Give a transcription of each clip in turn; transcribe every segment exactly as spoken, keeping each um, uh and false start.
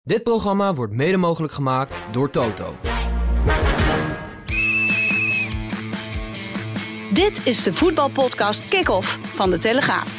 Dit programma wordt mede mogelijk gemaakt door Toto. Dit is de voetbalpodcast Kick-Off van De Telegraaf.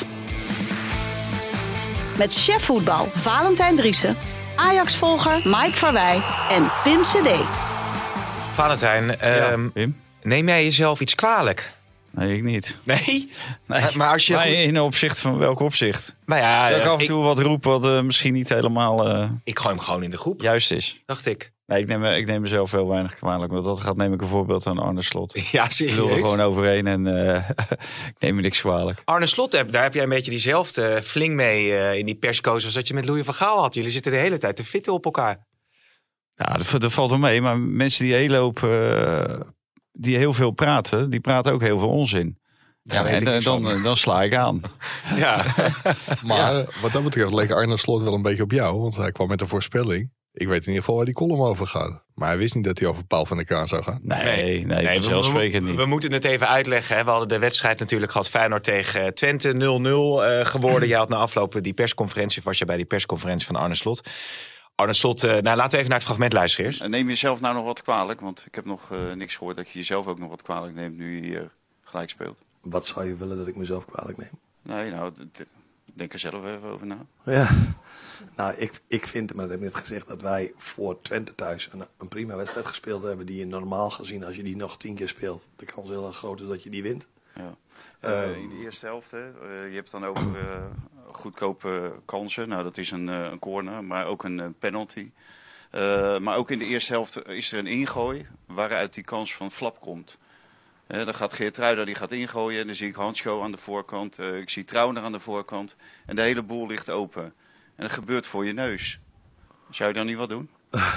Met chef voetbal Valentijn Driessen, Ajax-volger Mike Verwij en Pim Cedé. Valentijn, ja, um, Pim? neem jij jezelf iets kwalijk? Nee, ik niet. Nee? nee. Uh, maar als je maar goed... in opzicht van welk opzicht? Nou ja, dat ik uh, af en toe ik... wat roep wat uh, misschien niet helemaal uh, Ik gooi hem gewoon in de groep. Juist is. Dacht ik. Nee, ik neem, ik neem mezelf heel weinig kwalijk. Want dat gaat neem ik een voorbeeld aan Arne Slot. Ja, serieus? Ik wil er gewoon overheen en uh, ik neem me niks kwalijk. Arne Slot, daar heb jij een beetje diezelfde fling mee uh, in die persco's als dat je met Louis van Gaal had. Jullie zitten de hele tijd te fitten op elkaar. Ja, dat, dat valt wel mee. Maar mensen die heel hoop, uh, die heel veel praten, die praten ook heel veel onzin. Ja, ja, en dan, dan, dan sla ik aan. Ja. Maar ja. wat dat betreft leek Arne Slot wel een beetje op jou. Want hij kwam met een voorspelling. Ik weet in ieder geval waar die column over gaat. Maar hij wist niet dat hij over Paul van der Kraan zou gaan. Nee, nee, nee, nee vanzelfsprekend niet. We, we moeten het even uitleggen. Hè. We hadden de wedstrijd natuurlijk gehad. Feyenoord tegen Twente nul nul uh, geworden. Je had na afloop die persconferentie. Was je bij die persconferentie van Arne Slot. Arne Slot, uh, nou laten we even naar het fragment luisteren eerst. Neem jezelf nou nog wat kwalijk? Want ik heb nog uh, niks gehoord dat je jezelf ook nog wat kwalijk neemt nu je hier gelijk speelt. Wat zou je willen dat ik mezelf kwalijk neem? Nee, nou, denk er zelf even over na. Ja, nou, ik, ik vind, maar dat heb ik net gezegd, dat wij voor Twente thuis een, een prima wedstrijd gespeeld hebben. Die je normaal gezien, als je die nog tien keer speelt, de kans heel erg groot is dat je die wint. Ja. Uh, uh, in de eerste helft, hè, uh, je hebt dan over uh, goedkope kansen. Nou, dat is een, uh, een corner, maar ook een uh, penalty. Uh, maar ook in de eerste helft is er een ingooi waaruit die kans van Flap komt. Uh, dan gaat Geertruida die gaat ingooien. En dan zie ik Hansko aan de voorkant. Uh, ik zie Trauner aan de voorkant. En de hele boel ligt open. En dat gebeurt voor je neus. Zou je dan niet wat doen?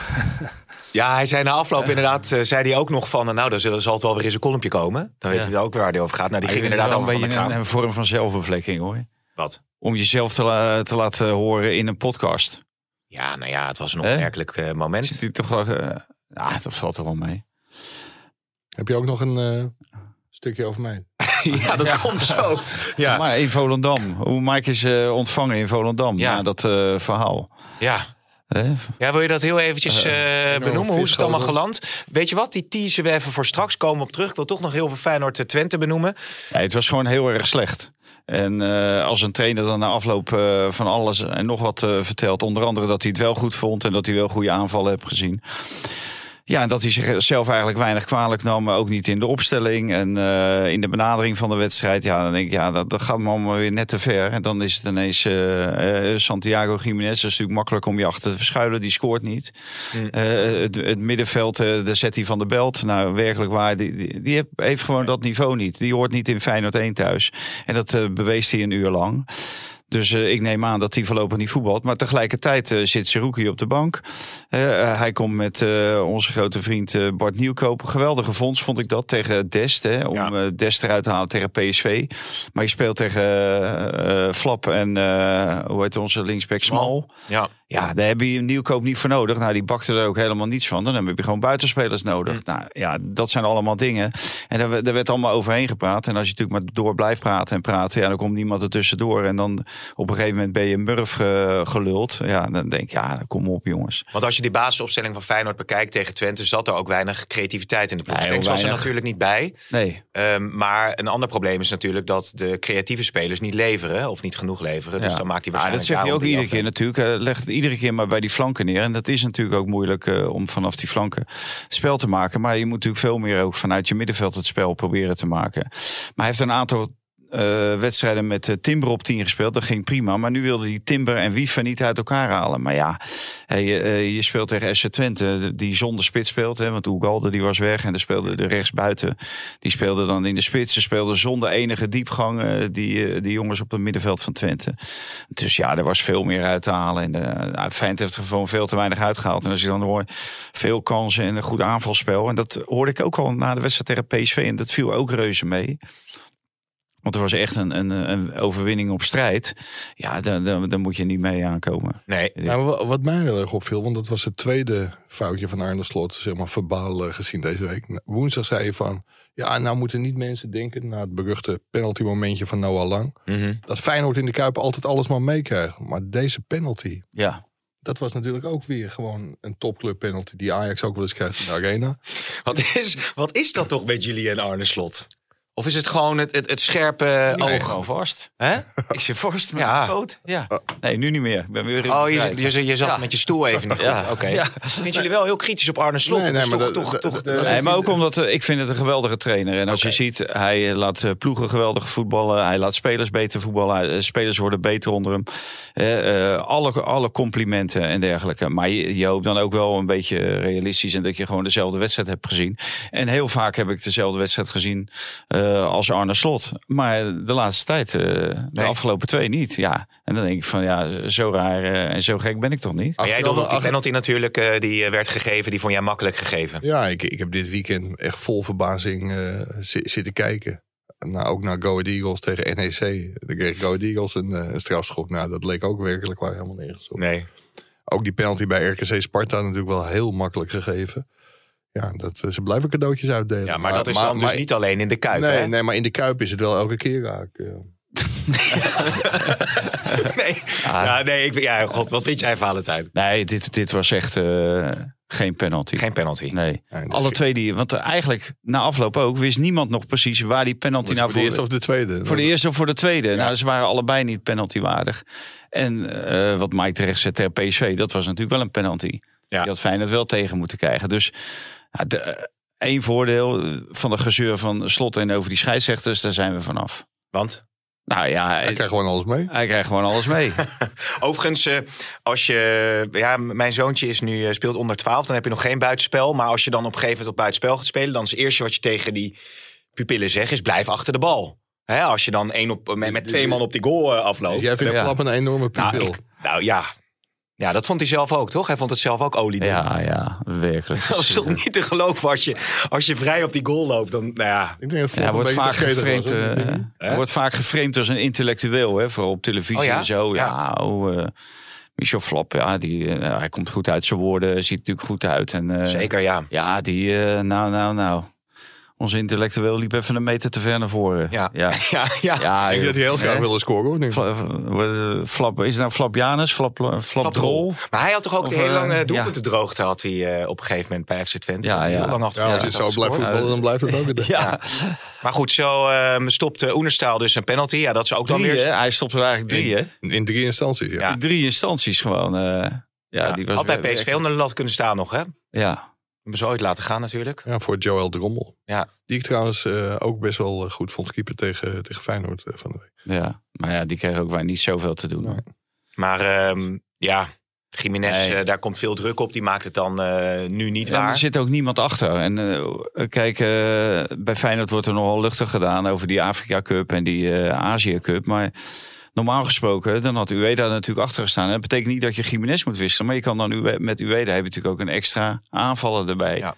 Ja, hij zei na afloop inderdaad, uh, zei hij ook nog van, nou, dan zal het wel weer eens een kolompje komen. Dan weten ja. we ook waar hij over gaat. Nou, die ging inderdaad over van de kraan. Een, een vorm van zelfbevlekking, hoor. Wat? Om jezelf te, la- te laten horen in een podcast. Ja, nou ja, het was een opmerkelijk uh, moment. Zit hij toch wel, uh, ah, dat valt er wel mee. Heb je ook nog een uh, stukje over mij? Ja, dat ja. komt zo. Ja. Maar in Volendam, hoe Mike is uh, ontvangen in Volendam, ja. na dat uh, verhaal. Ja. Eh? Ja, wil je dat heel eventjes uh, benoemen? Hoe is het allemaal geland? Weet je wat, die teasen we even voor straks, komen we op terug. Ik wil toch nog heel veel Feyenoord Twente benoemen. Ja, het was gewoon heel erg slecht. En uh, als een trainer dan na afloop uh, van alles en nog wat uh, vertelt, onder andere dat hij het wel goed vond en dat hij wel goede aanvallen heeft gezien. Ja, en dat hij zichzelf eigenlijk weinig kwalijk nam, maar ook niet in de opstelling en uh, in de benadering van de wedstrijd. Ja, dan denk ik, ja, dat, dat gaat me allemaal weer net te ver. En dan is het ineens uh, uh, Santiago Gimenez. Dat is natuurlijk makkelijk om je achter te verschuilen. Die scoort niet. Mm. Uh, het, het middenveld, uh, daar zet hij Van der Belt. Nou, werkelijk waar, die, die, die heeft gewoon dat niveau niet. Die hoort niet in Feyenoord één thuis. En dat uh, bewees hij een uur lang. Dus uh, ik neem aan dat hij voorlopig niet voetbalt. Maar tegelijkertijd uh, zit Seruki op de bank. Uh, uh, hij komt met uh, onze grote vriend uh, Bart Nieuwkoop. Geweldige vondst vond ik dat tegen Dest. Hè, om ja. uh, Dest eruit te halen tegen P S V. Maar je speelt tegen uh, uh, Flap en uh, hoe heet onze linksback Smal. Ja. Ja, daar heb je Nieuwkoop niet voor nodig. Nou, die bakte er ook helemaal niets van. Dan heb je gewoon buitenspelers nodig. Mm. Nou ja, dat zijn allemaal dingen. En daar, daar werd allemaal overheen gepraat. En als je natuurlijk maar door blijft praten en praten, ja, dan komt niemand er tussendoor. En dan op een gegeven moment ben je Murf uh, geluld. Ja, dan denk ik, ja, kom op jongens. Want als je die basisopstelling van Feyenoord bekijkt tegen Twente, zat er ook weinig creativiteit in de ploeg. Nee, Denk, was er natuurlijk niet bij. Nee. Um, maar een ander probleem is natuurlijk dat de creatieve spelers niet leveren of niet genoeg leveren. Ja. Dus dan maakt hij waarschijnlijk. Ja, dat zeg je ook iedere keer natuurlijk. Uh, legt iedere keer maar bij die flanken neer. En dat is natuurlijk ook moeilijk uh, om vanaf die flanken het spel te maken. Maar je moet natuurlijk veel meer ook vanuit je middenveld het spel proberen te maken. Maar hij heeft een aantal Uh, wedstrijden met uh, Timber op tien gespeeld. Dat ging prima. Maar nu wilde hij Timber en Wiever niet uit elkaar halen. Maar ja, hey, uh, je speelt tegen S C Twente die zonder spits speelt. Hè, want Ugalde die was weg en er speelde de rechtsbuiten. Die speelde dan in de spits. Ze speelden zonder enige diepgang uh, die, uh, die jongens op het middenveld van Twente. Dus ja, er was veel meer uit te halen. En de uh, Feyenoord heeft er gewoon veel te weinig uitgehaald. En als je dan hoort veel kansen en een goed aanvalspel. En dat hoorde ik ook al na de wedstrijd tegen P S V. En dat viel ook reuze mee. Want er was echt een, een, een overwinning op strijd. Ja, daar, daar, daar moet je niet mee aankomen. Nee. Nou, wat mij heel erg opviel, want dat was het tweede foutje van Arne Slot, zeg maar verbaal uh, gezien deze week. Woensdag zei je van, ja, nou moeten niet mensen denken, na het beruchte penalty momentje van Noah Lang, mm-hmm. dat Feyenoord in de Kuip altijd alles maar meekrijgt. Maar deze penalty, ja. Dat was natuurlijk ook weer gewoon een topclub penalty. Die Ajax ook wel eens krijgt in de Arena. Wat is, wat is dat toch met jullie en Arne Slot? Of is het gewoon het, het, het scherpe Ik zit oog? gewoon vast. Hè? Ik zit vast met Ja. mijn poot. Ja. Nee, nu niet meer. Ik ben weer in Oh, de je, vrijheid. je, je zat Ja. met je stoel even niet goed. Ja. Oké. Ja. Vinden jullie wel heel kritisch op Arne Slot? Nee, Het nee, is maar toch, dat- toch, dat- toch dat- de... dat- Nee, maar ook omdat uh, ik vind het een geweldige trainer. En als Oké. je ziet, hij laat uh, ploegen geweldig voetballen. Hij laat spelers beter voetballen. Hij- uh, spelers worden beter onder hem. Uh, uh, alle, alle complimenten en dergelijke. Maar je, je hoopt dan ook wel een beetje realistisch. En dat je gewoon dezelfde wedstrijd hebt gezien. En heel vaak heb ik dezelfde wedstrijd gezien uh, als Arne Slot. Maar de laatste tijd, uh, de Nee. afgelopen twee niet. Ja. En dan denk ik van ja, zo raar uh, en zo gek ben ik toch niet? Maar jij Afgelopen- doelde op die penalty natuurlijk, uh, die uh, werd gegeven. Die vond jij makkelijk gegeven. Ja, ik, ik heb dit weekend echt vol verbazing uh, zi- zitten kijken. Nou, ook naar Go Ahead Eagles tegen N E C. Dan kreeg Go Ahead Eagles een, uh, een strafschop. Nou, dat leek ook werkelijk waar helemaal nergens op. Nee. Ook die penalty bij R K C Sparta natuurlijk wel heel makkelijk gegeven. Ja, dat, uh, ze blijven cadeautjes uitdelen. Ja, maar, dat is dan dus niet alleen in de Kuip, nee, hè? nee, maar in de Kuip is het wel elke keer raak. Uh. nee. Ja, nee, ik, ja, god, wat vind jij, Valentijn? Nee, dit, dit was echt uh, geen penalty. Geen penalty. Nee. Nee, dat Alle vind- twee die, want eigenlijk na afloop ook wist niemand nog precies waar die penalty Was het nou voor de eerste of de tweede? Voor de eerste of voor de tweede. Nou, ze waren allebei niet penaltywaardig. En uh, wat Mike terecht zet ter P S V, dat was natuurlijk wel een penalty. Ja. Die had Feyenoord wel tegen moeten krijgen. Dus ja, de, uh, één voordeel van de gezeur van Slot en over die scheidsrechters, daar zijn we vanaf. Want? Nou ja, Hij hij, krijgt gewoon alles mee. hij krijgt gewoon alles mee. Overigens, uh, als je... Ja, mijn zoontje is nu, uh, speelt onder twaalf. Dan heb je nog geen buitenspel. Maar als je dan op een gegeven moment op buitenspel gaat spelen... dan is het eerste wat je tegen die pupillen zegt... is blijf achter de bal. Hè, als je dan één op, met, met twee man op die goal uh, afloopt. Jij vindt Ja. Flap een enorme pupil. nou, ik, nou ja... Ja, dat vond hij zelf ook, toch? Hij vond het zelf ook olie. Ja, ja, werkelijk. Dat is toch niet te geloven als je, als je vrij op die goal loopt. Dan, nou ja, Ik denk dat Ja, hij Flap wordt een vaak beetje te geframed, gretig was, hoor. uh, Denk je? hij wordt vaak geframed als een intellectueel, hè, vooral op televisie Oh ja? en zo. Ja, Ja. oh, uh, Michel Flap, ja, die, uh, hij komt goed uit zijn woorden, ziet natuurlijk goed uit. En, uh, zeker ja. Ja, die, uh, nou, nou, nou. Onze intellectueel liep even een meter te ver naar voren. Ja. ja. Ja, ja. ja Ik denk dat hij heel graag hè? wilde scoren, hoor. Denk ik. Fla- uh, Flap, is het nou Flapjanus? Flap, Flap, Flapdrol? Maar hij had toch ook Of, de hele uh, lange ja. doelpuntendroogte had hij uh, op een gegeven moment bij F C Twente. Ja, Dat hij ja. heel lang achter Ja, elkaar als je had zo blijft gescoord. voetballen, dan blijft het ook. het. Ja, Maar goed, zo um, stopt uh, Oenerstal dus een penalty. Ja, dat is ook dan drie, weer... hè? Hij stopt er eigenlijk drie, hè? In, in drie instanties, ja. Ja. Drie instanties gewoon. Uh, ja, Ja, die was had bij weer- P S V onder de lat kunnen staan nog, hè? Ja, Hebben ze ooit laten gaan natuurlijk. Ja, voor Joël Drommel. Ja. Die ik trouwens uh, ook best wel uh, goed vond keeper tegen, tegen Feyenoord uh, van de week. ja, maar ja, die kregen ook waar niet zoveel te doen. Nee. Maar um, ja, Gimenez, Nee. uh, daar komt veel druk op. Die maakt het dan uh, nu niet Ja, waar. er zit ook niemand achter. En uh, kijk, uh, bij Feyenoord wordt er nogal luchtig gedaan over die Afrika Cup en die uh, Azië Cup. Maar normaal gesproken, dan had Ueda natuurlijk achter gestaan. En dat betekent niet dat je Gimenez moet wisselen. Maar je kan dan Ue- met Ueda heb je natuurlijk ook een extra aanvaller erbij. Ja.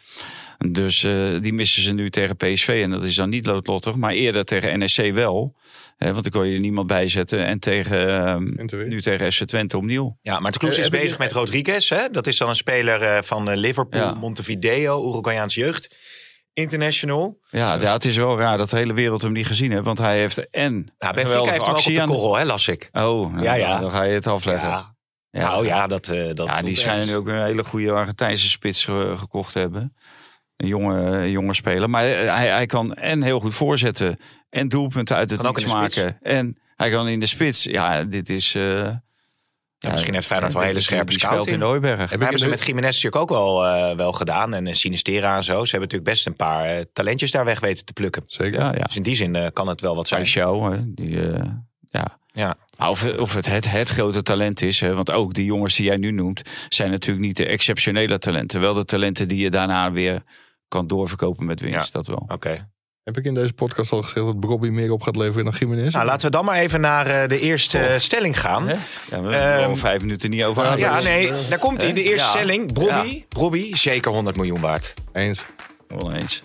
Dus uh, die missen ze nu tegen P S V. En dat is dan niet loodlottig. Maar eerder tegen N E C wel. Hè, want dan kon je er niemand bij zetten. En tegen, um, En te weer. nu tegen F C Twente opnieuw. Ja, maar de Kloes Eh, is heb ik- bezig met Rodriguez. Hè? Dat is dan een speler uh, van uh, Liverpool, Ja. Montevideo, Uruguayaans jeugd. International. Ja, ja, het is wel raar dat de hele wereld hem niet gezien heeft. Want hij heeft en Nou, een Benfica geweldige heeft hem ook op actie de aan- korrel, hè, las ik. Oh, nou, Ja, ja. dan ga je het afleggen. Ja. Ja. Nou ja, dat, uh, dat Ja, die voelt schijnen nu ergens. ook een hele goede Argentijnse spits ge- gekocht te hebben. Een jonge, een jonge speler. Maar hij, hij kan en heel goed voorzetten. En doelpunten uit het Kan ook niets in de spits. maken. En hij kan in de spits. Ja, dit is... uh, Ja, misschien heeft Feyenoord wel dit hele is- scherpe die speelt in scouting. de Hooiberg. Maar hebben ze met Gimenez natuurlijk ook wel, uh, wel gedaan. En uh, Sinistera en zo. Ze hebben natuurlijk best een paar uh, talentjes daar weg weten te plukken. Zeker. Ja, ja. Dus in die zin uh, kan het wel wat zijn. Paixão, hè, die... uh, ja. Ja. Maar Of, of het, het het grote talent is. Hè? Want ook die jongens die jij nu noemt... zijn natuurlijk niet de exceptionele talenten. Wel de talenten die je daarna weer kan doorverkopen met winst. Ja. Dat wel. Oké. Okay. Heb ik in deze podcast al gezegd dat Brobby meer op gaat leveren dan Gimenez? Nou, laten we dan maar even naar uh, de eerste uh, stelling gaan. Hè? Ja, we hebben er Ehm, al vijf minuten niet over aan. Ja, nee, daar komt hij. De eerste Ja. stelling. Brobby, Ja. Brobby, zeker honderd miljoen waard. Eens. Oneens.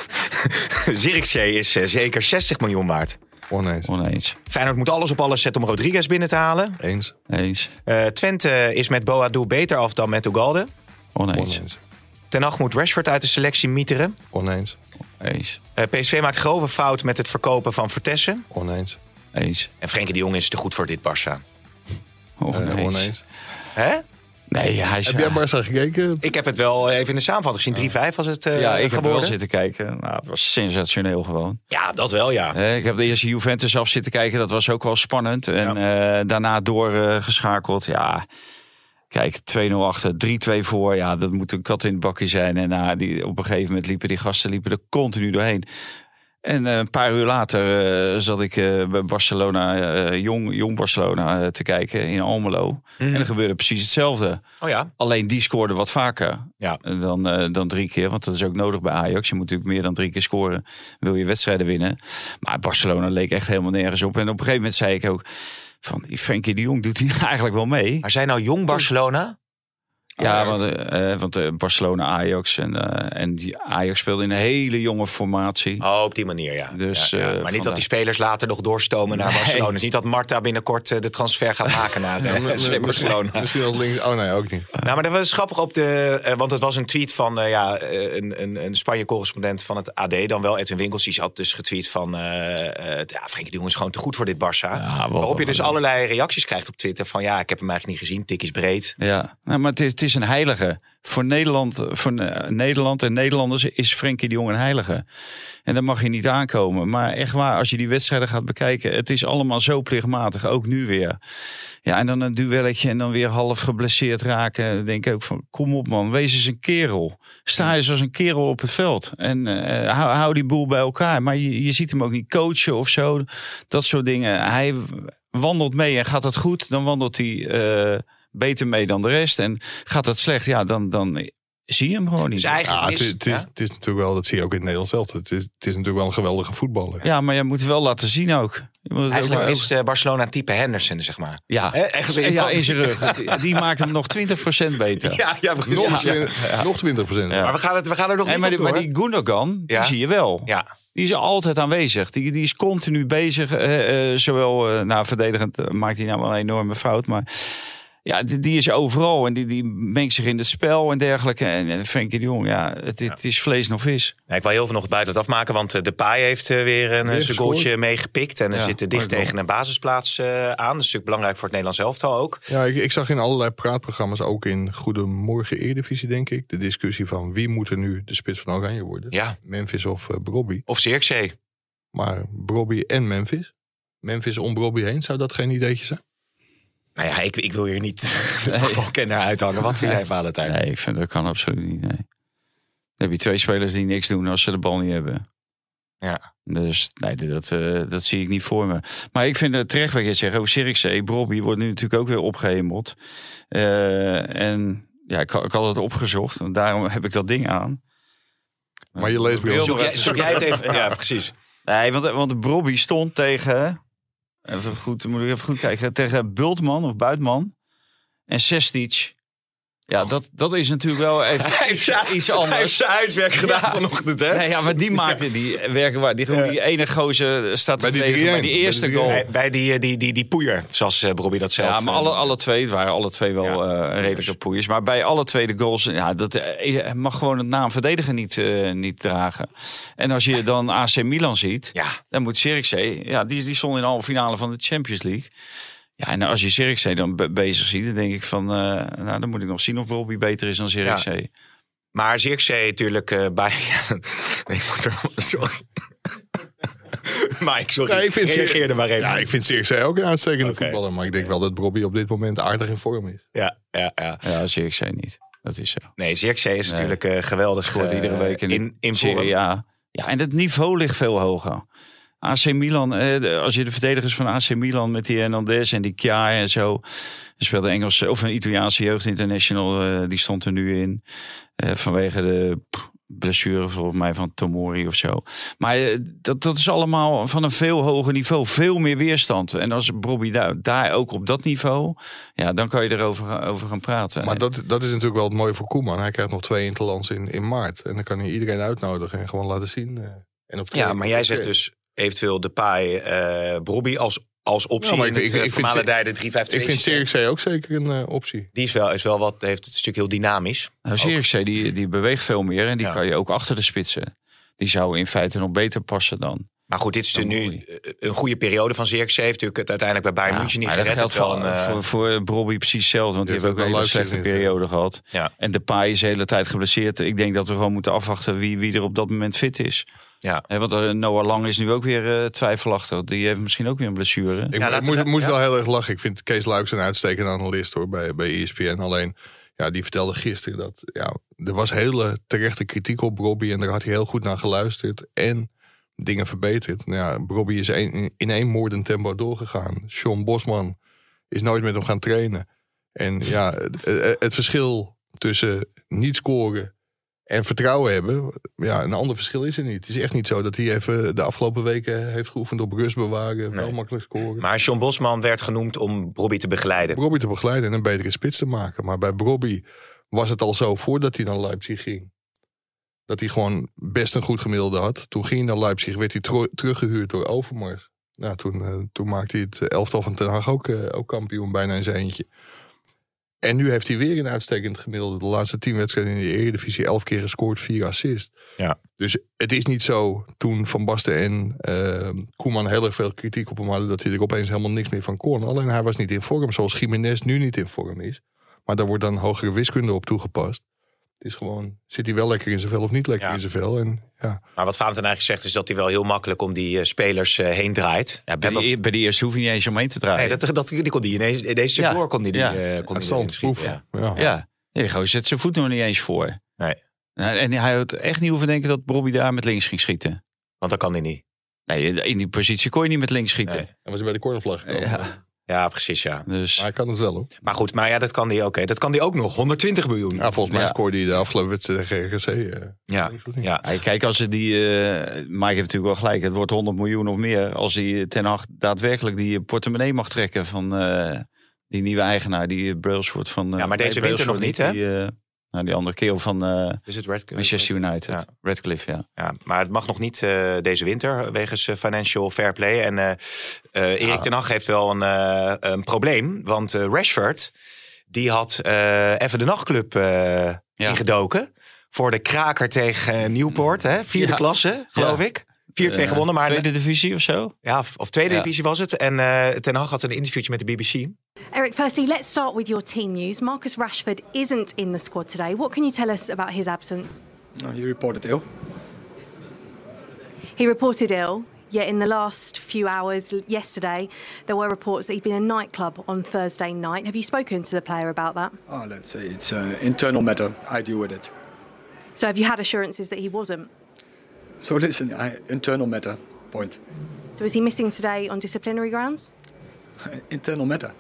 Zirkzee is uh, zeker zestig miljoen waard. Oneens. Oneens. Feyenoord moet alles op alles zetten om Rodriguez binnen te halen. Eens. Eens. Uh, Twente is met Boadu beter af dan met Ugalde. Oneens. Oneens. Ten Hag moet Rashford uit de selectie mieteren. Oneens. Eens. Uh, P S V maakt grove fout met het verkopen van Vertessen. Oneens. Eens. En Frenkie de Jong is te goed voor dit Barça. Uh, Oneens. oneens. Hè? Nee, hij is... Heb jij Barça gekeken? Ik heb het wel even in de samenvatting gezien. drie vijf was het uh, ja, ik heb geworden. wel zitten kijken. Nou, het was sensationeel gewoon. Ja, dat wel, ja. Eh, ik heb de eerste Juventus af zitten kijken. Dat was ook wel spannend. En ja. uh, daarna doorgeschakeld. Uh, ja, kijk, twee nul achter, drie twee voor. Ja, dat moet een kat in het bakje zijn. En uh, die, op een gegeven moment liepen die gasten liepen er continu doorheen. En uh, een paar uur later uh, zat ik uh, bij Barcelona, uh, jong, jong Barcelona, uh, te kijken in Almelo. Mm. En er gebeurde precies hetzelfde. Oh ja. Alleen die scoorde wat vaker ja. dan, uh, dan drie keer. Want dat is ook nodig bij Ajax. Je moet natuurlijk meer dan drie keer scoren. Wil je wedstrijden winnen. Maar Barcelona leek echt helemaal nergens op. En op een gegeven moment zei ik ook van die Frenkie de Jong doet hij eigenlijk wel mee. Maar zijn nou jong Barcelona? Ja, want, uh, want uh, Barcelona, Ajax en, uh, en die Ajax speelde in een hele jonge formatie. Oh, op die manier, ja. Dus, ja, ja. Uh, maar niet dat die spelers later nog doorstomen naar nee. Barcelona. Dus niet dat Marta binnenkort uh, de transfer gaat maken naar uh, ja, Barcelona. Misschien als links. Oh nee, ook niet. Nou, maar dat was grappig op de, uh, want het was een tweet van uh, ja, een, een, een Spanje-correspondent van het A D, dan wel Edwin Winkels. Die had dus getweet van, uh, uh, ja, Frenkie de Jong is gewoon te goed voor dit Barça. Ja, waarop je dus leuk. allerlei reacties krijgt op Twitter van, ja, ik heb hem eigenlijk niet gezien. Tik is breed. Ja, nou, maar het is, het is een heilige. Voor Nederland, voor Nederland en Nederlanders is Frenkie de Jong een heilige. En daar mag je niet aankomen. Maar echt waar, als je die wedstrijden gaat bekijken, het is allemaal zo plichtmatig. Ook nu weer. Ja, en dan een duelletje en dan weer half geblesseerd raken. Dan denk ik ook van, kom op man, wees eens een kerel. Sta eens als een kerel op het veld. En uh, hou, hou die boel bij elkaar. Maar je, je ziet hem ook niet coachen of zo. Dat soort dingen. Hij wandelt mee en gaat het goed, dan wandelt hij... Uh, beter mee dan de rest. En gaat het slecht, ja, dan, dan zie je hem gewoon niet. Dus eigenlijk ja, is, het, is, het, is, ja? het is natuurlijk wel, dat zie je ook in het Nederlands zelf. Het is, het is natuurlijk wel een geweldige voetballer. Ja, maar je moet het wel laten zien ook. Je moet het eigenlijk ook is uh, Barcelona type Henderson, zeg maar. Ja, He, echt in, ja in zijn rug. Die, die maakt hem nog twintig procent beter. Ja, ja, nog, ja. Ja. nog twintig procent. Ja. Maar we gaan, het, we gaan er nog hey, niet maar op die, door. Maar die Gundogan, ja. die zie je wel. Ja. Die is altijd aanwezig. Die, die is continu bezig. Uh, uh, zowel, uh, nou, verdedigend uh, maakt hij nou wel een enorme fout, maar... Ja, die, die is overal en die, die mengt zich in het spel en dergelijke. En, en Frenkie de Jong, ja, het, ja. het is vlees nog vis. Ja, ik wil heel veel nog buiten het afmaken, want uh, Depay heeft uh, weer een weer goaltje meegepikt. En ja, er zit dicht tegen een basisplaats uh, aan. Dat is natuurlijk belangrijk voor het Nederlands elftal ook. Ja, ik, ik zag in allerlei praatprogramma's, ook in Goedemorgen Eredivisie, denk ik, de discussie van wie moet er nu de spits van Oranje worden. Ja. Memphis of uh, Brobby. Of Zirkzee. Maar Brobby en Memphis. Memphis om Brobby heen, zou dat geen ideetje zijn? Nou ja, ik, ik wil hier niet de voetbalkenner uithangen. Wat vind jij, Valentijn? Nee, ik vind dat kan absoluut niet. Nee. Dan heb je twee spelers die niks doen als ze de bal niet hebben. Ja. Dus nee, dat, uh, dat zie ik niet voor me. Maar ik vind het terecht wat je zegt over Zirkzee. Brobby wordt nu natuurlijk ook weer opgehemeld. Uh, en ja, ik, ik had het opgezocht. En daarom heb ik dat ding aan. Maar je leest bij ons. Zoek jij, zoek jij het even? Ja, precies. Nee, want, want Brobby stond tegen... Even goed, moet ik even goed kijken. Tegen Bultman of Buitman. En Sestic. Ja, dat, dat is natuurlijk wel even hij iets, heeft, iets anders. Hij heeft zijn huiswerk gedaan ja. vanochtend, hè? Nee, ja, maar die maakte die werken waar. Die, ja. die ene gozer staat bij die, tegen, bij die eerste bij goal. Bij, bij die, die, die, die poeier, zoals uh, Brobby dat zelf. Ja, maar alle, alle twee, het waren alle twee wel ja, uh, redelijke dus. poeiers. Maar bij alle twee de goals, ja, dat uh, mag gewoon het naam verdediger niet, uh, niet dragen. En als je dan A C Milan ziet, ja. dan moet Zirkzee, ja, die, die stond in de halve finale van de Champions League. Ja, en als je Zirkzee dan be- bezig ziet, dan denk ik van... Uh, nou, dan moet ik nog zien of Brobby beter is dan Zirkzee. Ja. Maar Zirkzee natuurlijk uh, bij... nee, ik moet er... Sorry. Mike, sorry. Ja, ik vind reageer er maar even. Ja, ik vind Zirkzee ook een uitstekende okay. voetballer. Maar ik denk wel dat Brobby op dit moment aardig in vorm is. Ja, ja, ja. Ja, Zirkzee niet. Dat is zo. Nee, Zirkzee is nee. natuurlijk uh, geweldig. Scoort uh, iedere week in, in, in Serie A. Ja, en het niveau ligt veel hoger. A C Milan, eh, als je de verdedigers van A C Milan met die Hernandez en die Kjaer en zo. Er speelde Engelse of een Italiaanse jeugd international, uh, die stond er nu in. Uh, vanwege de pff, blessure volgens mij van Tomori of zo. Maar uh, dat, dat is allemaal van een veel hoger niveau. Veel meer weerstand. En als Brobby daar, daar ook op dat niveau, ja, dan kan je erover over gaan praten. Maar dat, dat is natuurlijk wel het mooie voor Koeman. Hij krijgt nog twee interlands in, in maart. En dan kan hij iedereen uitnodigen en gewoon laten zien. Uh, en op ja, maar jij zegt dus... eventueel Depay, uh, Brobby als, als optie ja, in het ik, ik, ik vermalendijde drie vijf twee. Ik vind Zirkzee ook zeker een uh, optie. Die is wel, is wel wat, heeft het stuk heel dynamisch. Nou, Zirkzee die, die beweegt veel meer en die ja. kan je ook achter de spitsen. Die zou in feite nog beter passen dan. Maar goed, dit is nu mooi. Een goede periode van Zirkzee. Heeft natuurlijk het uiteindelijk bij Bayern ja, München niet gered. Dat geldt wel voor, een, uh... voor, voor Brobbey precies hetzelfde. Want die heeft ook een hele slechte niet, periode ja. gehad. Ja. En Depay is de hele tijd geblesseerd. Ik denk dat we gewoon moeten afwachten wie, wie er op dat moment fit is. Ja. He, want uh, Noah Lang is nu ook weer uh, twijfelachtig. Die heeft misschien ook weer een blessure. Ik ja, moest, moest ja. wel heel erg lachen. Ik vind Kees Luijks een uitstekende analist hoor, bij, bij E S P N. Alleen, ja, die vertelde gisteren dat ja, er was hele terechte kritiek op Brobbey. En daar had hij heel goed naar geluisterd. En dingen verbeterd. Nou ja, Brobbey is een, in één moordend tempo doorgegaan. John Bosman is nooit met hem gaan trainen. En ja, het, het verschil tussen niet scoren en vertrouwen hebben, ja, een ander verschil is er niet. Het is echt niet zo dat hij even de afgelopen weken heeft geoefend op rust bewaren, wel nee. makkelijk scoren. Maar John Bosman werd genoemd om Brobbey te begeleiden. Brobbey te begeleiden en een betere spits te maken. Maar bij Brobbey was het al zo voordat hij naar Leipzig ging, dat hij gewoon best een goed gemiddelde had. Toen ging hij naar Leipzig, werd hij tro- teruggehuurd door Overmars. Nou, toen, uh, toen maakte hij het elftal van Ten Hag ook, uh, ook kampioen, bijna in zijn eentje. En nu heeft hij weer een uitstekend gemiddelde. De laatste tien wedstrijden in de Eredivisie, elf keer gescoord, vier assists. Ja. Dus het is niet zo, toen Van Basten en uh, Koeman heel erg veel kritiek op hem hadden, dat hij er opeens helemaal niks meer van kon. Alleen hij was niet in vorm, zoals Gimenez nu niet in vorm is. Maar daar wordt dan hogere wiskunde op toegepast. Het is gewoon, zit hij wel lekker in zijn vel of niet lekker ja. in zijn vel? En, ja. Maar wat Valentijn eigenlijk zegt is dat hij wel heel makkelijk om die uh, spelers uh, heen draait. Ja, bij, die, bij de eerste hoef je niet eens omheen te draaien. Nee, dat, dat, die kon die ineens, in deze stuk ja. door kon die, ja. uh, kon die schieten. Ja. Ja. Ja. Ja, gewoon zet zijn voet nog niet eens voor. Nee. En hij had echt niet hoeven denken dat Brobbey daar met links ging schieten. Want dat kan hij niet. Nee, in die positie kon je niet met links schieten. Nee. En was hij bij de cornervlag gekomen. Ja. Ja, precies, ja. Dus... Maar hij kan het wel, hoor. Maar goed, maar ja, dat kan hij ook. Okay. Dat kan hij ook nog. honderdtwintig miljoen. Ja, volgens mij ja. scoorde hij de afgelopen wedstrijd tegen G R C. Uh, ja. ja. Ja, kijk, als ze die... Uh, Mike heeft natuurlijk wel gelijk. Het wordt honderd miljoen of meer. Als die Ten Hag daadwerkelijk die portemonnee mag trekken van uh, die nieuwe eigenaar, die Brailsford van... Uh, ja, maar deze nee, winter nog niet, hè? Die, uh, nou, die andere kerel van uh, is het Red, Manchester United. Ja. Redcliffe, ja. ja. Maar het mag nog niet uh, deze winter, wegens uh, financial fair play. En uh, uh, Erik ja. ten Hag heeft wel een, uh, een probleem. Want uh, Rashford, die had uh, even de nachtclub uh, ja. ingedoken. Voor de kraker tegen uh, Newport, hè? Vierde ja. klasse, geloof ja. ik. vier twee uh, gewonnen. Maar tweede divisie of zo? Ja, of, of tweede ja. divisie was het. En uh, ten Hag had een interviewtje met de B B C. Eric, firstly, let's start with your team news. Marcus Rashford isn't in the squad today. What can you tell us about his absence? No, he reported ill. He reported ill, yet in the last few hours yesterday, there were reports that he'd been in a nightclub on Thursday night. Have you spoken to the player about that? Oh, let's say it's an internal matter. I deal with it. So have you had assurances that he wasn't? So listen, I, internal matter, point. So is he missing today on disciplinary grounds? Internal matter.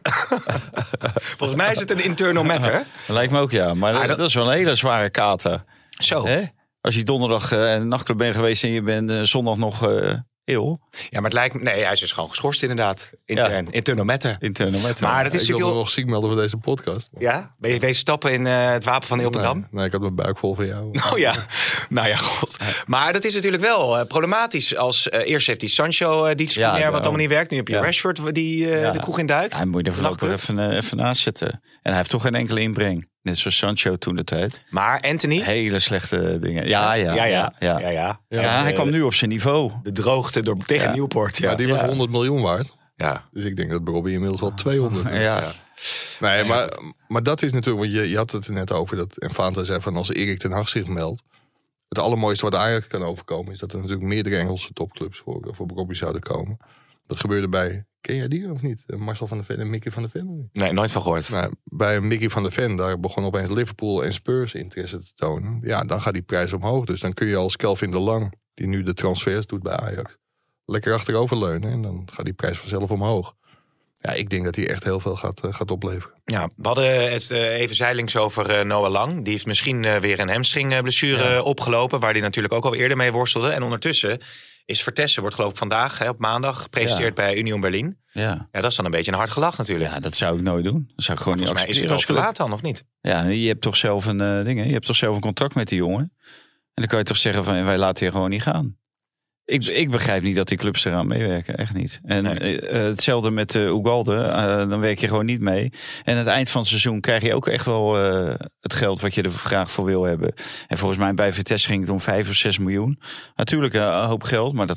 Volgens mij is het een internal matter. Dat lijkt me ook, ja. Maar ah, dat, dat is wel een hele zware kater. Zo. Hè? Als je donderdag uh, een nachtclub bent geweest en je bent uh, zondag nog uh, ill. Ja, maar het lijkt me... Nee, hij is dus gewoon geschorst inderdaad. Intern. Ja. Internal matter. Internal matter. Maar dat is ik natuurlijk wilde nog ziek melden voor deze podcast. Maar... Ja? Ben je wezen stappen in uh, het wapen van Ilpendam? Nee, nee, ik had mijn buik vol van jou. Oh ja. Nou ja, god. Maar dat is natuurlijk wel uh, problematisch. Als uh, eerst heeft die Sancho uh, disciplinair ja, wat allemaal niet werkt. Nu heb je ja. Rashford die uh, ja. de kroeg in duikt. Hij moet er voorlopig even, uh, even naast zitten. En hij heeft toch geen enkele inbreng. Net zoals Sancho toen de tijd. Maar Anthony? Hele slechte dingen. Ja, ja. Ja, ja. ja, ja. ja, ja. ja, ja hij uh, kwam nu op zijn niveau. De droogte door, tegen ja. Newport. Ja. Maar die was ja. honderd miljoen waard. Ja. Dus ik denk dat Brobbey inmiddels wel tweehonderd ja. ja. Nee, maar, maar dat is natuurlijk... Want je, je had het er net over dat... En Fanta zei van als Erik ten Hag zich meldt. Het allermooiste wat Ajax kan overkomen... is dat er natuurlijk meerdere Engelse topclubs voor, voor Brobbey zouden komen. Dat gebeurde bij... Ken jij die of niet? Marcel van der Ven en Mickey van der Ven? Nee, nooit van gehoord. Nou, bij Mickey van der Ven, daar begon opeens Liverpool en Spurs interesse te tonen. Ja, dan gaat die prijs omhoog. Dus dan kun je als Kelvin de Lang, die nu de transfers doet bij Ajax, lekker achteroverleunen. En dan gaat die prijs vanzelf omhoog. Ja, ik denk dat hij echt heel veel gaat, uh, gaat opleveren. Ja, we hadden het uh, even zijlings over uh, Noah Lang. Die heeft misschien uh, weer een hamstringblessure ja. opgelopen, waar hij natuurlijk ook al eerder mee worstelde. En ondertussen is Vertessen, wordt geloof ik vandaag hè, op maandag gepresenteerd ja. bij Union Berlin. Ja. ja, dat is dan een beetje een hard gelach natuurlijk. Ja, dat zou ik nooit doen. Dat zou ik gewoon niet accepteren. Volgens mij is het al te laat dan, of niet? Ja, je hebt toch zelf een uh, ding, hè? Je hebt toch zelf een contract met die jongen. En dan kan je toch zeggen van wij laten je gewoon niet gaan. Ik, ik begrijp niet dat die clubs eraan meewerken, echt niet. En nee. uh, hetzelfde met uh, Ugalde, uh, dan werk je gewoon niet mee. En aan het eind van het seizoen krijg je ook echt wel uh, het geld wat je er graag voor wil hebben. En volgens mij bij Vitesse ging het om vijf of zes miljoen. Natuurlijk uh, een hoop geld, maar dat,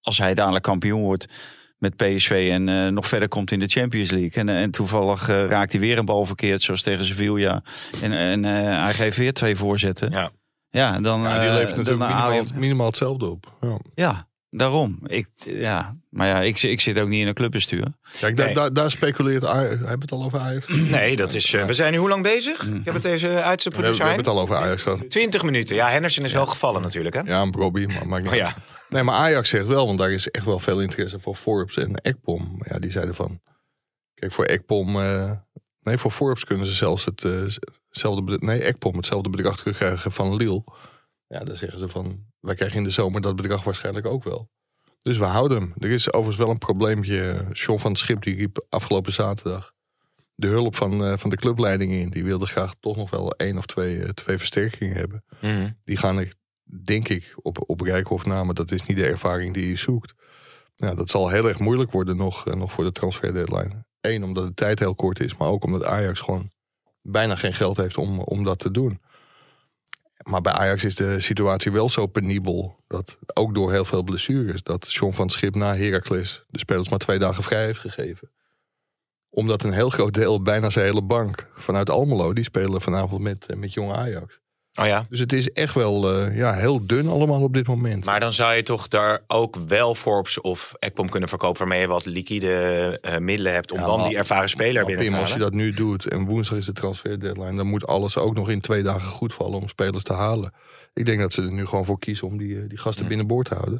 als hij dadelijk kampioen wordt met P S V en uh, nog verder komt in de Champions League. En, en toevallig uh, raakt hij weer een bal verkeerd, zoals tegen Sevilla. En, en uh, hij geeft weer twee voorzetten. Ja, ja dan Ja, die uh, levert natuurlijk dan, minimaal, uh, minimaal hetzelfde op. Ja. Ja, daarom. Ik, ja. Maar ja, ik, ik zit ook niet in een clubbestuur. Kijk, da, Nee. da, daar speculeert Ajax. Hebben we het al over Ajax? We nee, dat is... Uh, we zijn nu hoe lang bezig? Ik heb het deze hebben, we uitzendproducer hebben het al over Ajax gehad. twintig minuten. Ja, Henderson is wel gevallen natuurlijk, hè? Ja, een Robbie, maar maakt niet Oh, uit. ja. Nee, maar Ajax zegt wel, want daar is echt wel veel interesse voor Forbes en Ekpom. Maar ja, die zeiden van... Kijk, voor Ekpom... Uh, nee, voor Forbes kunnen ze zelfs het, uh, hetzelfde... bedrag- Nee, Ekpom hetzelfde bedrag terugkrijgen van Lille. Ja, dan zeggen ze van... Wij krijgen in de zomer dat bedrag waarschijnlijk ook wel. Dus we houden hem. Er is overigens wel een probleempje. John van het Schip die riep afgelopen zaterdag... de hulp van, uh, van de clubleiding in. Die wilde graag toch nog wel één of twee, uh, twee versterkingen hebben. Mm-hmm. Die gaan er, denk ik, op, op Rijkhoff na. Maar dat is niet de ervaring die je zoekt. Ja, dat zal heel erg moeilijk worden nog, uh, nog voor de transfer deadline. Eén, omdat de tijd heel kort is. Maar ook omdat Ajax gewoon bijna geen geld heeft om, om dat te doen. Maar bij Ajax is de situatie wel zo penibel. Dat ook door heel veel blessures. Dat John van het Schip na Heracles de spelers maar twee dagen vrij heeft gegeven. Omdat een heel groot deel, bijna zijn hele bank vanuit Almelo, die spelen vanavond met, met jonge Ajax. Oh ja. Dus het is echt wel uh, ja, heel dun allemaal op dit moment. Maar dan zou je toch daar ook wel Forbes of Ekpom kunnen verkopen... waarmee je wat liquide uh, middelen hebt om Ja, dan maar- die ervaren speler Maar binnen Pim, te als je halen. dat nu doet en woensdag is de transfer deadline, dan moet alles ook nog in twee dagen goed vallen om spelers te halen. Ik denk dat ze er nu gewoon voor kiezen om die, die gasten Mm. binnenboord te houden.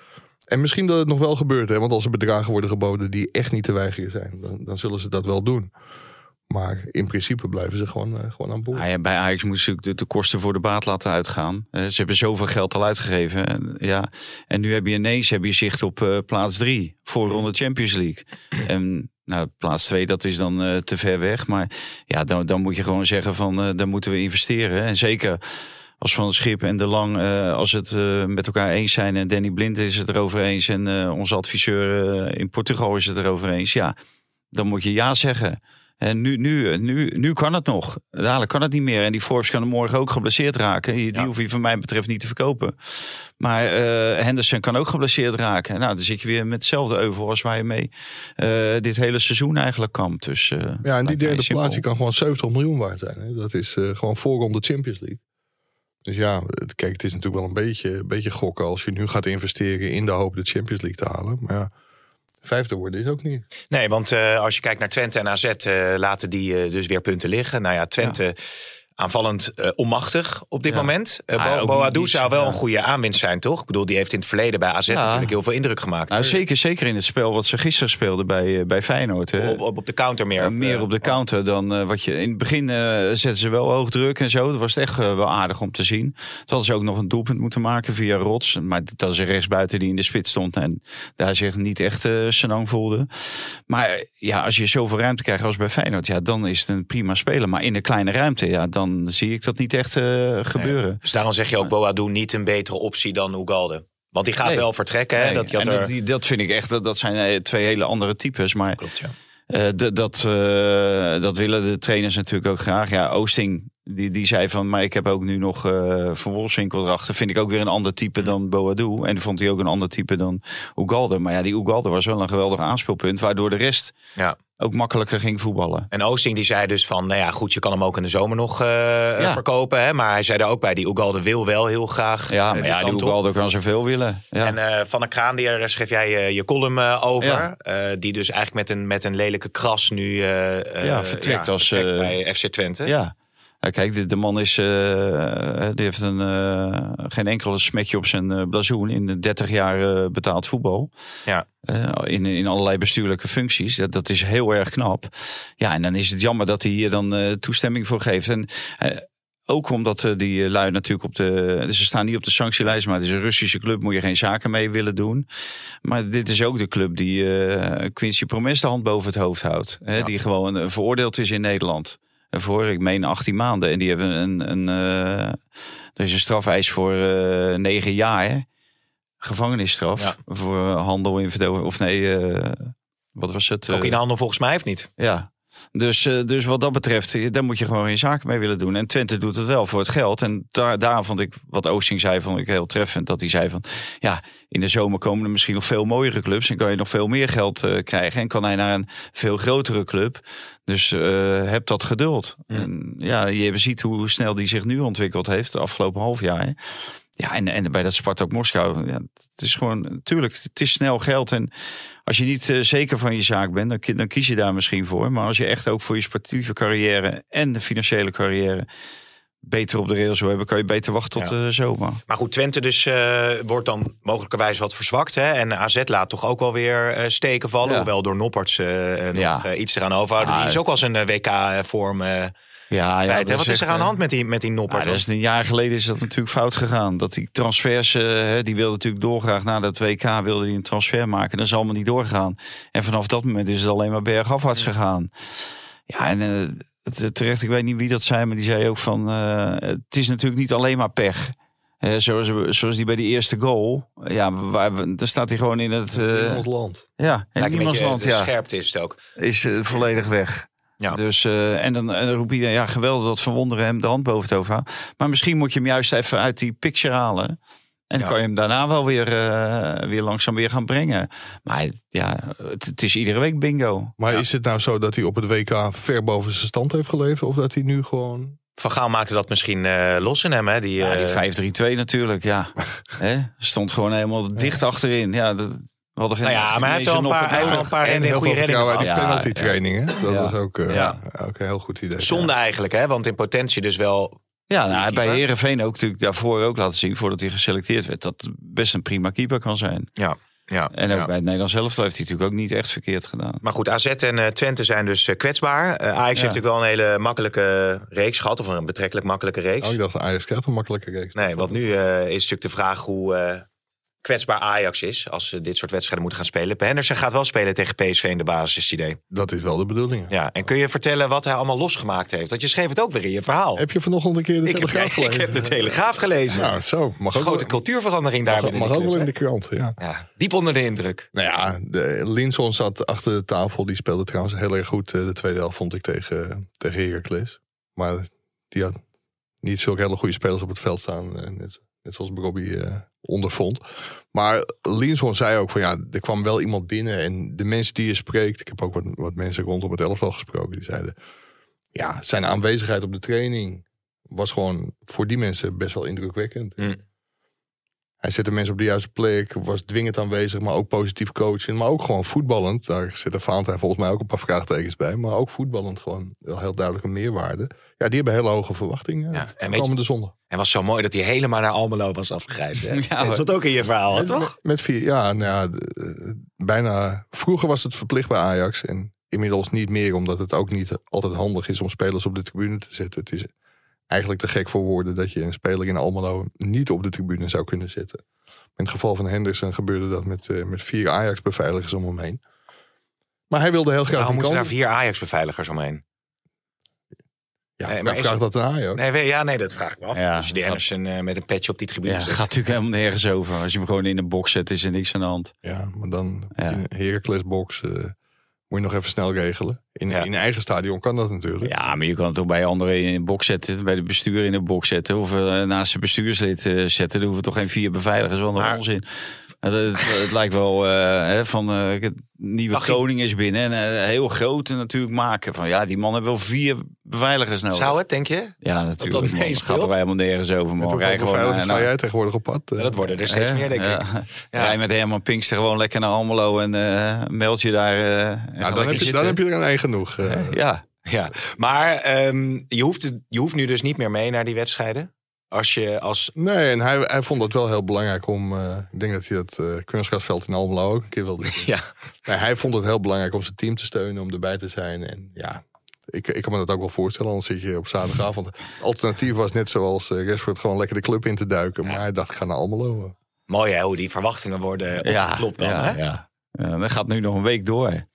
En misschien dat het nog wel gebeurt, hè? Want als er bedragen worden geboden die echt niet te weigeren zijn, dan, dan zullen ze dat wel doen. Maar in principe blijven ze gewoon, uh, gewoon aan boord. Ah ja, bij Ajax moeten ze ook de, de kosten voor de baat laten uitgaan. Uh, ze hebben zoveel geld al uitgegeven. En, ja, en nu heb je ineens heb je zicht op uh, plaats drie. Voorronde Champions League. En nou, plaats twee, dat is dan uh, te ver weg. Maar ja, dan, dan moet je gewoon zeggen van, uh, dan moeten we investeren. En zeker als Van het Schip en De Lang, uh, als het uh, met elkaar eens zijn. En Danny Blind is het erover eens. En uh, onze adviseur uh, in Portugal is het erover eens. Ja, dan moet je ja zeggen. En nu, nu, nu, nu kan het nog. Dadelijk kan het niet meer. En die Forbes kan er morgen ook geblesseerd raken. Die Ja. hoef je van mij betreft niet te verkopen. Maar uh, Henderson kan ook geblesseerd raken. Nou, dan zit je weer met hetzelfde euvel als waar je mee uh, dit hele seizoen eigenlijk kampt. Dus, uh, Ja, en die lijkt mij derde simpel. plaats die kan gewoon zeventig miljoen waard zijn. Hè? Dat is uh, gewoon voorronde Champions League. Dus ja, het- kijk, het is natuurlijk wel een beetje, een beetje gokken als je nu gaat investeren in de hoop de Champions League te halen. Maar ja, vijfde worden is ook niet. Nee, want uh, als je kijkt naar Twente en A Z, uh, laten die uh, dus weer punten liggen. Nou ja, Twente aanvallend uh, onmachtig op dit Ja. moment. Uh, Ah, Bo- ook Boadu niet- zou wel ja. een goede aanwinst zijn, toch? Ik bedoel, die heeft in het verleden bij A Z Ja. natuurlijk heel veel indruk gemaakt. Nou, zeker, zeker in het spel wat ze gisteren speelden bij, uh, bij Feyenoord. Hè. op, op, op de counter meer. Ja, of, meer uh, op de counter dan uh, wat je... In het begin uh, zetten ze wel hoog druk en zo. Dat was het echt uh, wel aardig om te zien. Toen hadden ze ook nog een doelpunt moeten maken via Rots. Maar dat is een rechtsbuiten die in de spits stond. En daar zich niet echt uh, senang voelde. Maar ja, als je zoveel ruimte krijgt als bij Feyenoord... Ja, dan is het een prima speler. Maar in een kleine ruimte, ja, dan zie ik dat niet echt uh, gebeuren. Nee. Dus daarom zeg je ook Boadu niet een betere optie dan Ugalde. Want die gaat Nee. wel vertrekken. Hè? Nee, Dat, je had en er... dat, die, dat vind ik echt, dat, dat zijn uh, twee hele andere types. Maar Klopt, ja. Uh, d- dat, uh, dat willen de trainers natuurlijk ook graag. Ja, Oosting, die, die zei van... maar ik heb ook nu nog uh, Van Wolfswinkel erachter. Vind ik ook weer een ander type dan Boadu. En vond hij ook een ander type dan Ugalde. Maar ja, die Ugalde was wel een geweldig aanspeelpunt... waardoor de rest Ja. ook makkelijker ging voetballen. En Oosting die zei dus van, nou ja, goed, je kan hem ook in de zomer nog uh, ja. verkopen. Hè? Maar hij zei er ook bij, die Ugalde wil wel heel graag. Ja, uh, maar die ja, die kant op. Ugalde kan zoveel willen. Ja. En uh, Van der Kraan, die, daar schreef jij uh, je column uh, over. Ja. Uh, die dus eigenlijk met een, met een lelijke kras nu uh, Ja, vertrekt als, vertrekt uh, bij F C Twente. Ja. Ja, kijk, de, de man is, uh, die heeft een, uh, geen enkele smetje op zijn uh, blazoen in de dertig jaar uh, betaald voetbal. Ja. Uh, in, in allerlei bestuurlijke functies. Dat, dat is heel erg knap. Ja, en dan is het jammer dat hij hier dan uh, toestemming voor geeft. En uh, ook omdat uh, die lui natuurlijk op de... Dus ze staan niet op de sanctielijst, maar het is een Russische club. Moet je geen zaken mee willen doen. Maar dit is ook de club die uh, Quincy Promes de hand boven het hoofd houdt. Hè, Ja. die gewoon uh, veroordeeld is in Nederland. Voor, ik meen, achttien maanden. En die hebben een... een uh, er is een strafeis voor uh, negen jaar, hè? Gevangenisstraf. Ja. Voor uh, handel in verdoving. Of nee, uh, wat was het? Uh, Cocaïnehandel volgens mij heeft niet. ja. Dus, uh, dus wat dat betreft, daar moet je gewoon geen zaken mee willen doen. En Twente doet het wel voor het geld. En daar, daarom vond ik, wat Oosting zei, vond ik heel treffend. Dat hij zei van, ja, in de zomer komen er misschien nog veel mooiere clubs. En kan je nog veel meer geld uh, krijgen. En kan hij naar een veel grotere club. Dus uh, heb dat geduld. Mm. En ja, je ziet hoe snel die zich nu ontwikkeld heeft, de afgelopen half jaar. Hè. Ja, en, en bij dat Spartak Moskou, ja, het is gewoon, natuurlijk, het is snel geld. En als je niet uh, zeker van je zaak bent, dan, dan kies je daar misschien voor. Maar als je echt ook voor je sportieve carrière en de financiële carrière beter op de rails wil hebben, kan je beter wachten tot de ja. uh, zomer. Maar goed, Twente dus uh, wordt dan mogelijkerwijs wat verzwakt. Hè? En A Z laat toch ook wel weer uh, steken vallen. Ja. Hoewel door Nopperts uh, nog ja. uh, iets eraan overhouden. Ja, die is ook als een uh, W K-vorm... Uh, Ja, ja, feit, wat is er aan de hand met die, met die Noppert? Ja, dat is een jaar geleden is dat natuurlijk fout gegaan. Dat die transfers, uh, die wilde natuurlijk doorgraag na dat W K wilde die een transfer maken. Dat is allemaal niet doorgegaan. En vanaf dat moment is het alleen maar bergafwaarts gegaan. Ja, en uh, terecht, ik weet niet wie dat zei, maar die zei ook van, uh, het is natuurlijk niet alleen maar pech. Uh, zoals, zoals die bij die eerste goal. Ja, waar, daar staat hij gewoon in het... Uh, niemands land. Ja, in niemands land. De scherpte is het ook. Is uh, volledig weg. Ja. Dus, uh, en dan uh, roep je, ja, geweldig dat Van Wonderen hem de hand boven het hoofd houdt. Maar misschien moet je hem juist even uit die picture halen. En dan ja. kan je hem daarna wel weer, uh, weer langzaam weer gaan brengen. Maar ja, het, het is iedere week bingo. Maar ja. is het nou zo dat hij op het W K ver boven zijn stand heeft geleverd? Of dat hij nu gewoon... Van Gaal maakte dat misschien uh, los in hem, hè? Die, uh... ja, die vijf drie twee natuurlijk, ja. He? Stond gewoon helemaal dicht ja. achterin. Ja, dat... Nou ja, maar hij heeft wel een paar, hij heeft wel een paar en goede reddingen gehad. Die penalty training, hè? Dat ja. was ook, uh, ja. ook een heel goed idee. Zonde ja. eigenlijk, hè? Want in potentie dus wel... Ja, nou, bij Heerenveen ook natuurlijk daarvoor ook laten zien, voordat hij geselecteerd werd, dat best een prima keeper kan zijn. Ja. Ja, en ook ja. bij het Nederlands elftal heeft hij natuurlijk ook niet echt verkeerd gedaan. Maar goed, A Z en uh, Twente zijn dus uh, kwetsbaar. Uh, Ajax ja. heeft natuurlijk wel een hele makkelijke reeks gehad. Of een betrekkelijk makkelijke reeks. Oh, ik dacht Ajax krijgt een makkelijke reeks. Nee, want nu uh, is natuurlijk de vraag hoe uh, kwetsbaar Ajax is. Als ze dit soort wedstrijden moeten gaan spelen. Henderson gaat wel spelen tegen P S V in de basis, is het idee. Dat is wel de bedoeling. Ja, en kun je vertellen wat hij allemaal losgemaakt heeft? Want je schreef het ook weer in je verhaal. Heb je vanochtend een keer de ik Telegraaf heb, gelezen? Ik heb de Telegraaf gelezen. Nou, zo. Mag ook grote wel, cultuurverandering daar. Mag, mag de ook wel in de krant, ja. ja. Diep onder de indruk. Nou ja, de, Linson zat achter de tafel. Die speelde trouwens heel erg goed de tweede helft, vond ik, tegen, tegen Heracles. Maar die had niet zulke hele goede spelers op het veld staan. Net, net zoals Robbie uh, ondervond. Maar Linson zei ook van ja, er kwam wel iemand binnen. En de mensen die je spreekt, ik heb ook wat, wat mensen rondom het elftal gesproken. Die zeiden, ja, zijn aanwezigheid op de training was gewoon voor die mensen best wel indrukwekkend. Mm. Hij zette mensen op de juiste plek, was dwingend aanwezig, maar ook positief coachen. Maar ook gewoon voetballend. Daar zit Valentijn volgens mij ook een paar vraagtekens bij. Maar ook voetballend gewoon wel heel duidelijk een meerwaarde. Ja, die hebben hele hoge verwachtingen. Ja, en komende zondag. En was zo mooi dat hij helemaal naar Almelo was afgereisd. Hè? Ja, dat zat ook in je verhaal, met, toch? Met, met vier, ja, nou ja, de, bijna. Vroeger was het verplicht bij Ajax. En inmiddels niet meer, omdat het ook niet altijd handig is om spelers op de tribune te zetten. Het is eigenlijk te gek voor woorden dat je een speler in Almelo niet op de tribune zou kunnen zetten. In het geval van Henderson gebeurde dat met, uh, met vier Ajax-beveiligers om hem heen. Maar hij wilde heel graag... Waarom moeten daar vier Ajax-beveiligers omheen? Ja, nee, maar vraagt dat aan Ajax? Nee, ja, nee, dat vraag ik me af. Ja, als je die Henderson uh, met een petje op die tribune ja, zet. gaat natuurlijk helemaal nergens over. Als je hem gewoon in een box zet, is er niks aan de hand. Ja, maar dan ja. in een Heracles-box... Uh, moet je nog even snel regelen. In, ja. in eigen stadion kan dat natuurlijk. Ja, maar je kan het ook bij anderen in een box zetten. Bij de bestuur in een box zetten. Of uh, naast de bestuurslid uh, zetten. Dan hoeven toch geen vier beveiligers. Wat een onzin. Het, het, het lijkt wel uh, van uh, het nieuwe koning is binnen. En uh, heel groot natuurlijk maken. Van ja, die man heeft wel vier beveiligers nodig. Zou het, denk je? Ja, natuurlijk. Dat dat gaat er helemaal nergens over. Man. Hoeveel beveiligers ga jij tegenwoordig op pad? Uh, ja, dat worden er steeds uh, meer, denk ja. ik. Ja. Rij met Herman Pinkster gewoon lekker naar Almelo. En uh, meld je daar. Uh, ja, dan, heb je, dan heb je er een eigen genoeg. Uh. Uh, ja. ja, maar um, je, hoeft, je hoeft nu dus niet meer mee naar die wedstrijden? Als je als... Nee, en hij, hij vond het wel heel belangrijk om... Uh, ik denk dat hij dat uh, kunstgrasveld in Almelo ook een keer wilde doen. Ja. Nee, hij vond het heel belangrijk om zijn team te steunen, om erbij te zijn. En ja, ik, ik kan me dat ook wel voorstellen. Anders zit je op zaterdagavond. Het alternatief was net zoals uh, Rashford gewoon lekker de club in te duiken. Ja. Maar hij dacht, ik ga naar Almelo. Mooi hè, hoe die verwachtingen worden opgeklopt dan. Ja, hè? ja. Ja, dat gaat nu nog een week door.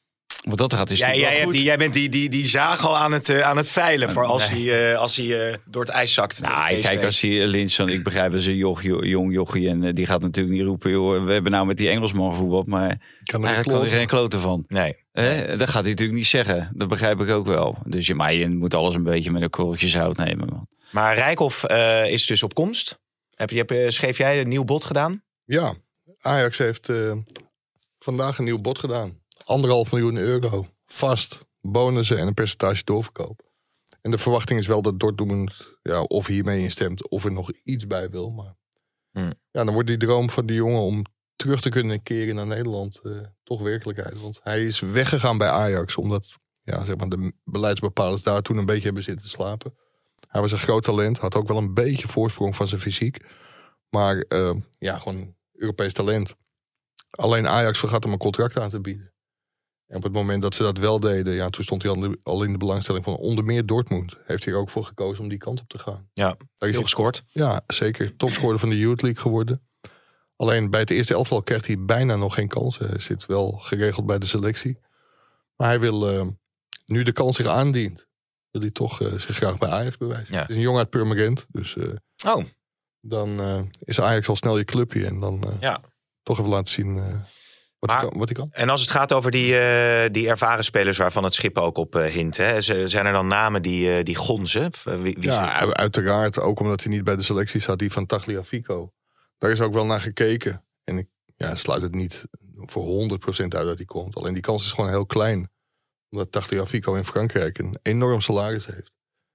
Wat dat gaat is Ja, jij, hebt die, jij bent die, die, die zaag al aan het, uh, aan het veilen voor als Nee. hij, uh, als hij uh, door het ijs zakt. Nou, kijk, als die Linson, ik begrijp dat ze een joch, jong jochie en uh, die gaat natuurlijk niet roepen, joh, we hebben nou met die Engelsman gevoetbald, maar Kan daar kan er geen kloten van. Nee. Eh, dat gaat hij natuurlijk niet zeggen. Dat begrijp ik ook wel. Dus je, maar je moet alles een beetje met een korreltje zout nemen, man. Maar Rijkoff uh, is dus op komst. Heb je, heb, uh, schreef jij een nieuw bod gedaan? Ja, Ajax heeft uh, vandaag een nieuw bod gedaan. Anderhalf miljoen euro. Vast, bonussen en een percentage doorverkoop. En de verwachting is wel dat Dortmund ja, of hiermee instemt of er nog iets bij wil. Maar hmm. ja, dan wordt die droom van die jongen om terug te kunnen keren naar Nederland uh, toch werkelijkheid. Want hij is weggegaan bij Ajax omdat ja, zeg maar, de beleidsbepalers daar toen een beetje hebben zitten slapen. Hij was een groot talent, had ook wel een beetje voorsprong van zijn fysiek. Maar uh, ja, gewoon Europees talent. Alleen Ajax vergat hem een contract aan te bieden. En op het moment dat ze dat wel deden, ja, toen stond hij al, al in de belangstelling van onder meer Dortmund. Heeft hij er ook voor gekozen om die kant op te gaan. Ja, Daar is veel hij, gescoord. Ja, zeker. Topscorer van de Youth League geworden. Alleen bij het eerste elftal krijgt hij bijna nog geen kans. Hij zit wel geregeld bij de selectie. Maar hij wil, uh, nu de kans zich aandient, wil hij toch uh, zich graag bij Ajax bewijzen. Ja. Het is een jongen uit Purmerend, dus uh, oh. dan uh, is Ajax al snel je clubje. En dan uh, ja. toch even laten zien uh, wat, maar, hij kan, wat hij kan. En als het gaat over die, uh, die ervaren spelers waarvan het schip ook op uh, hint. Hè, zijn er dan namen die, uh, die gonzen? Wie, wie ja, u, uiteraard. Ook omdat hij niet bij de selectie zat, die van Tagliafico. Daar is ook wel naar gekeken. En ik ja, sluit het niet voor honderd procent uit dat hij komt. Alleen die kans is gewoon heel klein. Omdat Tagliafico in Frankrijk een enorm salaris heeft.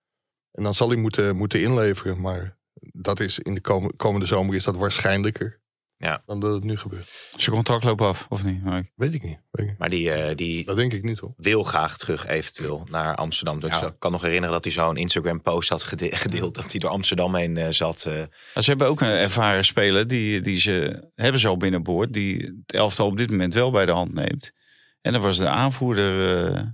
En dan zal hij moeten, moeten inleveren. Maar dat is in de kom- komende zomer is dat waarschijnlijker ja. dan dat het nu gebeurt. Zijn contract loopt af, of niet? Weet ik niet. Weet ik niet. Maar die, uh, die dat denk ik niet, hoor. Wil graag terug eventueel naar Amsterdam. Dus ja. Ik kan nog herinneren dat hij zo'n Instagram post had gede- gedeeld. Dat hij door Amsterdam heen uh, zat. Uh. Ja, ze hebben ook een ervaren speler. Die, die ze hebben ze al binnenboord. Die het elftal op dit moment wel bij de hand neemt. En dat was de aanvoerder uh,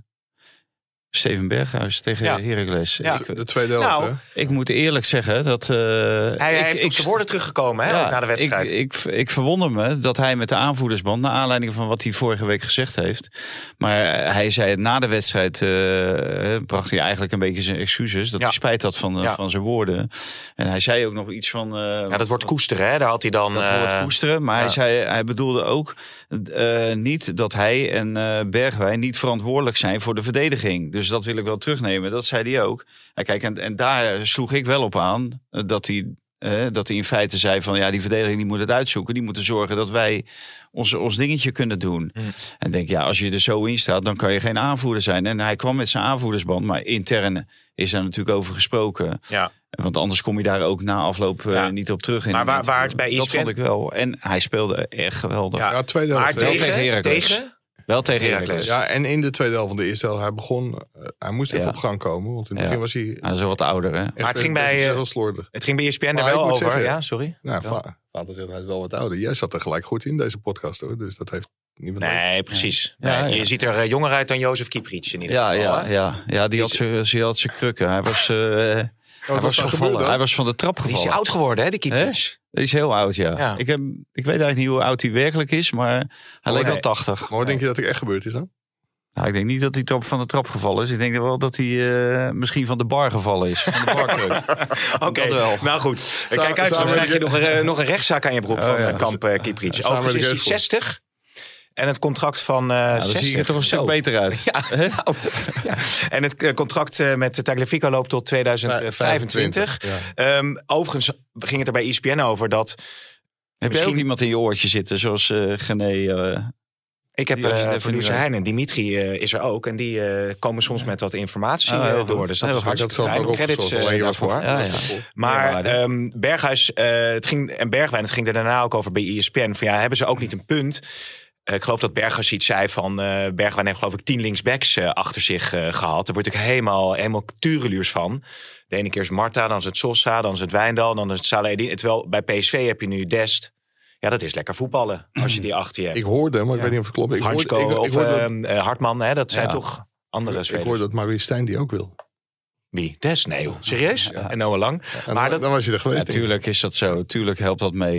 Steven Berghuis tegen ja. Heracles. Ja, ik, de tweede helft, nou, hè? Ik moet eerlijk zeggen dat... Uh, hij, hij ik, heeft ik, op zijn woorden teruggekomen hè, ja, ook na de wedstrijd. Ik, ik, ik verwonder me dat hij met de aanvoerdersband... naar aanleiding van wat hij vorige week gezegd heeft... maar hij zei het na de wedstrijd... Uh, bracht hij eigenlijk een beetje zijn excuses... dat ja. hij spijt had van, ja. van zijn woorden. En hij zei ook nog iets van... Uh, ja, dat wordt koesteren, hè? Daar had hij dan... Dat uh, wordt koesteren, maar ja. hij, zei, hij bedoelde ook... Uh, niet dat hij en uh, Bergwijn niet verantwoordelijk zijn voor de verdediging. Dus dat wil ik wel terugnemen. Dat zei hij ook. En kijk, en, en daar sloeg ik wel op aan dat hij, uh, dat hij in feite zei van ja, die verdediging die moet het uitzoeken. Die moeten zorgen dat wij ons, ons dingetje kunnen doen. Hmm. En denk ja, als je er zo in staat, dan kan je geen aanvoerder zijn. En hij kwam met zijn aanvoerdersband, maar intern is daar natuurlijk over gesproken. Ja. Want anders kom je daar ook na afloop uh, ja. niet op terug. In maar waar, waar het bij E S P N... Dat vond ik wel. En hij speelde echt geweldig. Ja, ja tweede maar helft. tegen, tegen Heracles. Tegen? Wel tegen Heracles. Ja, en in de tweede helft van de eerste helft, hij begon, uh, hij moest even ja. op gang komen. Want in het ja. begin was hij... Hij is wel wat ouder, hè? Maar het ging bij, heel slordig. Het ging bij E S P N maar er wel over. Zeggen, ja, sorry. Nou, ja. va- vader zegt, hij is wel wat ouder. Jij zat er gelijk goed in deze podcast, hoor. Dus dat heeft niemand... Nee, leuk. precies. Ja. Nee, Ja, je ja. ziet er uh, jonger uit dan Jozef Kieprits in ieder Ja, geval. ja, ja, ja, die had zijn krukken. Hij was, uh, hij was gevallen. Hij was van de trap Die gevallen. is hij oud geworden, hè, de Kieprits? Die is heel oud, ja. Ja. Ik, heb, ik weet eigenlijk niet hoe oud hij werkelijk is, maar hij Oh, leek nee. al tachtig. Maar wat denk je dat er echt gebeurd is dan? Nou, ik denk niet dat hij trap van de trap gevallen is. Ik denk wel dat hij uh, misschien van de bar gevallen is. Van de barkruk. Oké, okay. Nou goed. Kijk uit, samen straks krijg je de- nog een, nog een rechtszaak aan je broek Oh, van ja. de kamp uh, Kieprits. Samen Overigens met is de hij Red Bull. zestig. En het contract van uh, Ja, dan zestig. zie je er toch een stuk Zo. beter uit. Ja, nou, ja. En het uh, contract uh, met Tagliafico loopt tot tweeduizend vijfentwintig. Ja. Um, overigens ging het er bij E S P N over dat... Heb je misschien... ook iemand in je oortje zitten, zoals uh, Gené... Uh, Ik heb Die was het uh, even producer niet Hein en Dimitri uh, is er ook. En die uh, komen soms met wat informatie Oh, heel uh, door. goed. Dus dat Heel is goed. Ik had hartstikke zelf fijn. ook Credits opgezocht. uh, Alleen je was daarvoor. van- Ja, ja. was van- Maar Ja, um, Berghuis uh, het ging, en Bergwijn, het ging er daarna ook over bij E S P N. Van ja, hebben ze ook niet een punt? Uh, ik geloof dat Berghuis iets zei van... Uh, Bergwijn heeft geloof ik tien linksbacks uh, achter zich uh, gehad. Daar word ik helemaal, helemaal tureluurs van. De ene keer is Marta, dan is het Sosa, dan is het Wijndal, dan is het Salahedin. Terwijl bij P S V heb je nu Dest. Ja, dat is lekker voetballen als je die achter je hebt. Ik hoorde hem, maar ik Ja. weet niet of het klopt. Of Ik hoorde, Hansko ik, of ik hoorde, uh, uh, Hartman, hè, dat zijn Ja. toch andere ik spelers. hoorde dat Maurice Stijn die ook wil. Wie? Des? Nee joh. Serieus? Ja. En Noah Lang. En Maar dan, dat- dan was je er geweest. denk ik. Natuurlijk is dat zo. Tuurlijk helpt dat mee.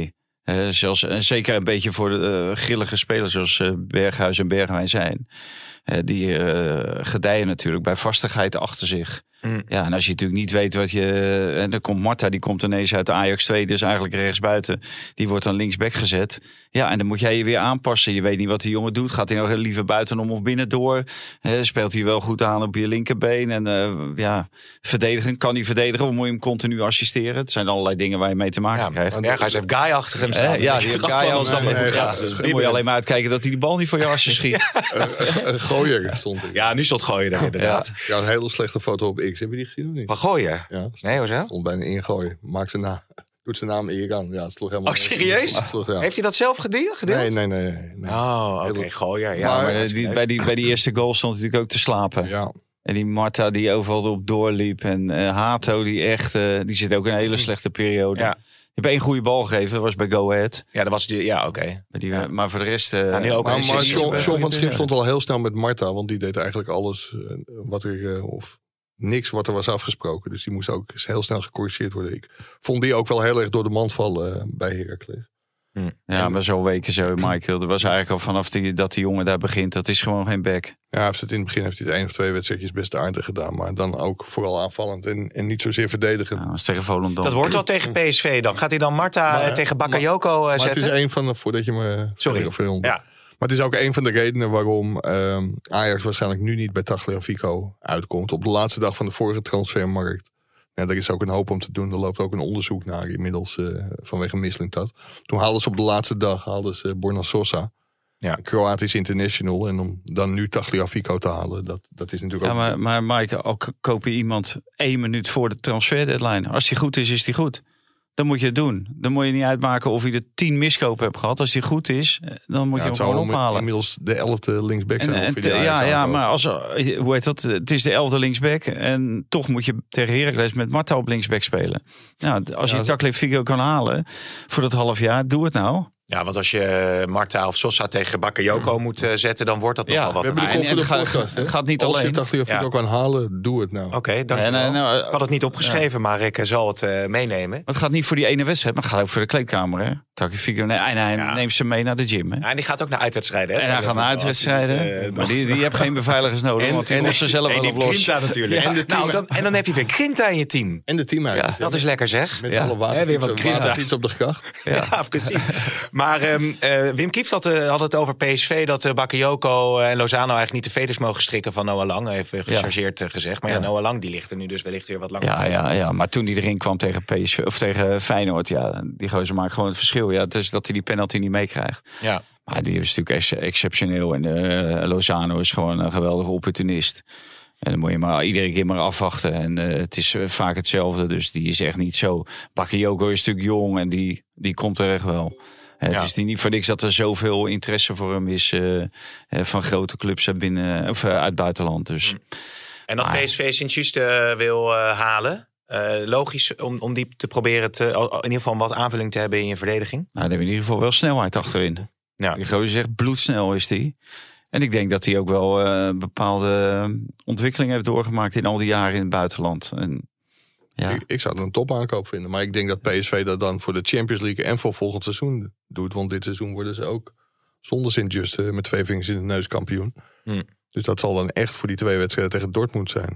Uh, zelfs, en zeker een beetje voor de uh, grillige spelers zoals uh, Berghuis en Bergwijn zijn. Uh, die uh, gedijen natuurlijk bij vastigheid achter zich. Mm. Ja, en als je natuurlijk niet weet wat je... En dan komt Marta, die komt ineens uit de Ajax twee, dus eigenlijk rechtsbuiten. Die wordt dan linksback gezet. Ja, en dan moet jij je weer aanpassen. Je weet niet wat die jongen doet. Gaat hij nou liever buitenom of binnendoor? Uh, speelt hij wel goed aan op je linkerbeen? En uh, ja, verdedigen. Kan hij verdedigen of moet je hem continu assisteren? Het zijn allerlei dingen waar je mee te maken ja, krijgt. Berghuis heeft Guy achter hem staan. Uh, ja, die heeft Guy als dan nee, nee, nee, ja, dus dan moet je alleen maar uitkijken dat hij die bal niet voor je asje schiet. Een gooier stond er. Ja, nu stond gooien daar inderdaad. Ja, een hele slechte foto op X. Heb je die gezien of niet? Van gooien? Ja, nee, hoezo? Stond bijna ingooien. Maakt zijn naam. Doet zijn naam eer aan. Ja, het sloeg helemaal. Oh, serieus? Sloeg, ja. Heeft hij dat zelf gedeeld? Nee, nee, nee. nee, nee. Oh, oké, okay. Gooier. Ja, maar, maar die, bij, die, bij die eerste goal stond hij natuurlijk ook te slapen. Ja. En die Marta die overal op doorliep. En uh, Hato die echt, uh, die zit ook in een hele slechte periode. Ja. Je hebt één goede bal gegeven, dat was bij Go Ahead. Ja, dat was die, ja, oké. Okay. Ja. Maar voor de rest... Uh, ja, nu ook maar maar John, John van Schip stond al heel snel met Marta. Want die deed eigenlijk alles uh, wat er... Uh, of niks wat er was afgesproken. Dus die moest ook heel snel gecorrigeerd worden. Ik vond die ook wel heel erg door de mand vallen uh, bij Heracles. Hm. Ja, maar zo weken zo, Michael. Dat was eigenlijk al vanaf die, dat die jongen daar begint. Dat is gewoon geen back. Ja, hij heeft het in het begin heeft hij het één of twee wedstrijdjes best aardig gedaan. Maar dan ook vooral aanvallend en, en niet zozeer verdedigend. Ja, dat, tegen Volendam. Dat wordt wel tegen P S V dan. Gaat hij dan Marta maar, tegen Bakayoko maar, zetten? Maar het is één van de... Voordat je me... Sorry. Sorry ja. Maar het is ook een van de redenen waarom uh, Ajax waarschijnlijk nu niet bij Tagliafico uitkomt. Op de laatste dag van de vorige transfermarkt. Ja, er is ook een hoop om te doen. Er loopt ook een onderzoek naar inmiddels uh, vanwege Mislintat. Toen haalden ze op de laatste dag haalden ze Borna Sosa. Ja. Kroatisch international. En om dan nu Tagliafico te halen, dat, dat is natuurlijk ja, ook... Maar, maar Mike, ook koop je iemand één minuut voor de transfer deadline. Als die goed is, is die goed. Dan moet je het doen. Dan moet je niet uitmaken of je er tien miskopen hebt gehad. Als die goed is, dan moet ja, je hem gewoon ophalen. Inmiddels de elfde linksback zijn. En, en te, ja, ja, maar als, hoe heet dat? Het is de elfde linksback. En toch moet je tegen Heracles met Marta op linksback spelen. Ja, als ja, je Tagliafico kan halen voor dat half jaar, doe het nou. Ja, want als je Marta of Sosa tegen Bakayoko moet uh, zetten, dan wordt dat ja, nogal wat. We hebben de kop van de podcast. Het gaat niet als alleen. Als je Tagliafico ja. kan halen, doe het nou. Oké, okay, dank je wel. Nou, ik had het niet opgeschreven, ja. maar ik zal het uh, meenemen. Maar het gaat niet voor die ene wedstrijd, maar het gaat ook voor de kleedkamer. Hè? Tagliafico, nee, en hij ja. neemt ze mee naar de gym. Hè? Ja, en die gaat ook naar uitwedstrijden. Hè? En hij gaat naar uitwedstrijden. Uh, maar die, die heeft geen beveiligers nodig, en, want die lossen zelf nee, wel op los. Grinta natuurlijk. Ja. En, de nou, dan, en dan heb je weer Grinta in je team. En de team uit. Ja, dat is lekker zeg. Met alle waterfiets op de gracht. Ja, precies. Maar Wim Kieft had, uh, had het over P S V dat uh, Bakayoko en Lozano eigenlijk niet de veters mogen strikken van Noah Lang. Even gechargeerd ja. gezegd. Maar ja, ja, Noah Lang die ligt er nu dus wellicht weer wat langer ja, ja, ja, maar toen hij erin kwam tegen P S V of tegen Feyenoord, ja, die gozer maakt gewoon het verschil. Ja, dus dat hij die penalty niet meekrijgt. Ja. Maar die is natuurlijk ex- exceptioneel. En uh, Lozano is gewoon een geweldige opportunist. En dan moet je maar iedere keer maar afwachten. En uh, het is uh, vaak hetzelfde. Dus die is echt niet zo. Bakayoko is natuurlijk jong en die, die komt er echt wel. Het ja. is niet voor niks dat er zoveel interesse voor hem is uh, van grote clubs uit, binnen, of, uh, uit het buitenland. Dus. En dat maar, P S V Sint-Just uh, wil uh, halen. Uh, logisch om, om die te proberen te, in ieder geval wat aanvulling te hebben in je verdediging. Nou, dan hebben we in ieder geval wel snelheid achterin. Ja. Die gozer zegt bloedsnel is die. En ik denk dat hij ook wel uh, bepaalde ontwikkelingen heeft doorgemaakt in al die jaren in het buitenland. En, ja. ik, ik zou het een topaankoop vinden. Maar ik denk dat P S V dat dan voor de Champions League en voor volgend seizoen doet. Want dit seizoen worden ze ook zonder Sint-Just uh, met twee vingers in de neus kampioen. Hmm. Dus dat zal dan echt voor die twee wedstrijden tegen Dortmund zijn.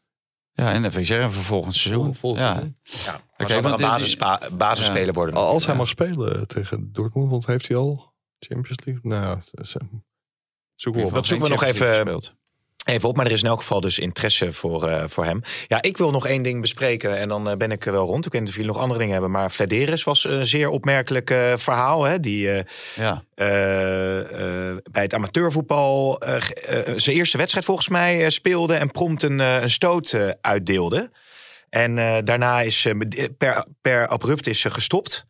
Ja, en dan vind ik zeggen voor volgend seizoen. Volgend ja. seizoen. Ja, maar okay, zal een basisspa- basisspeler ja. worden. Als hij mag spelen tegen Dortmund, want heeft hij al Champions League? Nou, dat zoeken we op. Dat zoeken we nog even, even op. Maar er is in elk geval dus interesse voor, uh, voor hem. Ja, ik wil nog één ding bespreken en dan uh, ben ik wel rond. Ik weet niet of jullie nog andere dingen hebben. Maar Vladeris was een zeer opmerkelijk uh, verhaal. Hè, die uh, ja. uh, uh, bij het amateurvoetbal uh, uh, zijn eerste wedstrijd volgens mij uh, speelde. En prompt een, uh, een stoot uh, uitdeelde. En uh, daarna is uh, per, per abrupt is uh, gestopt.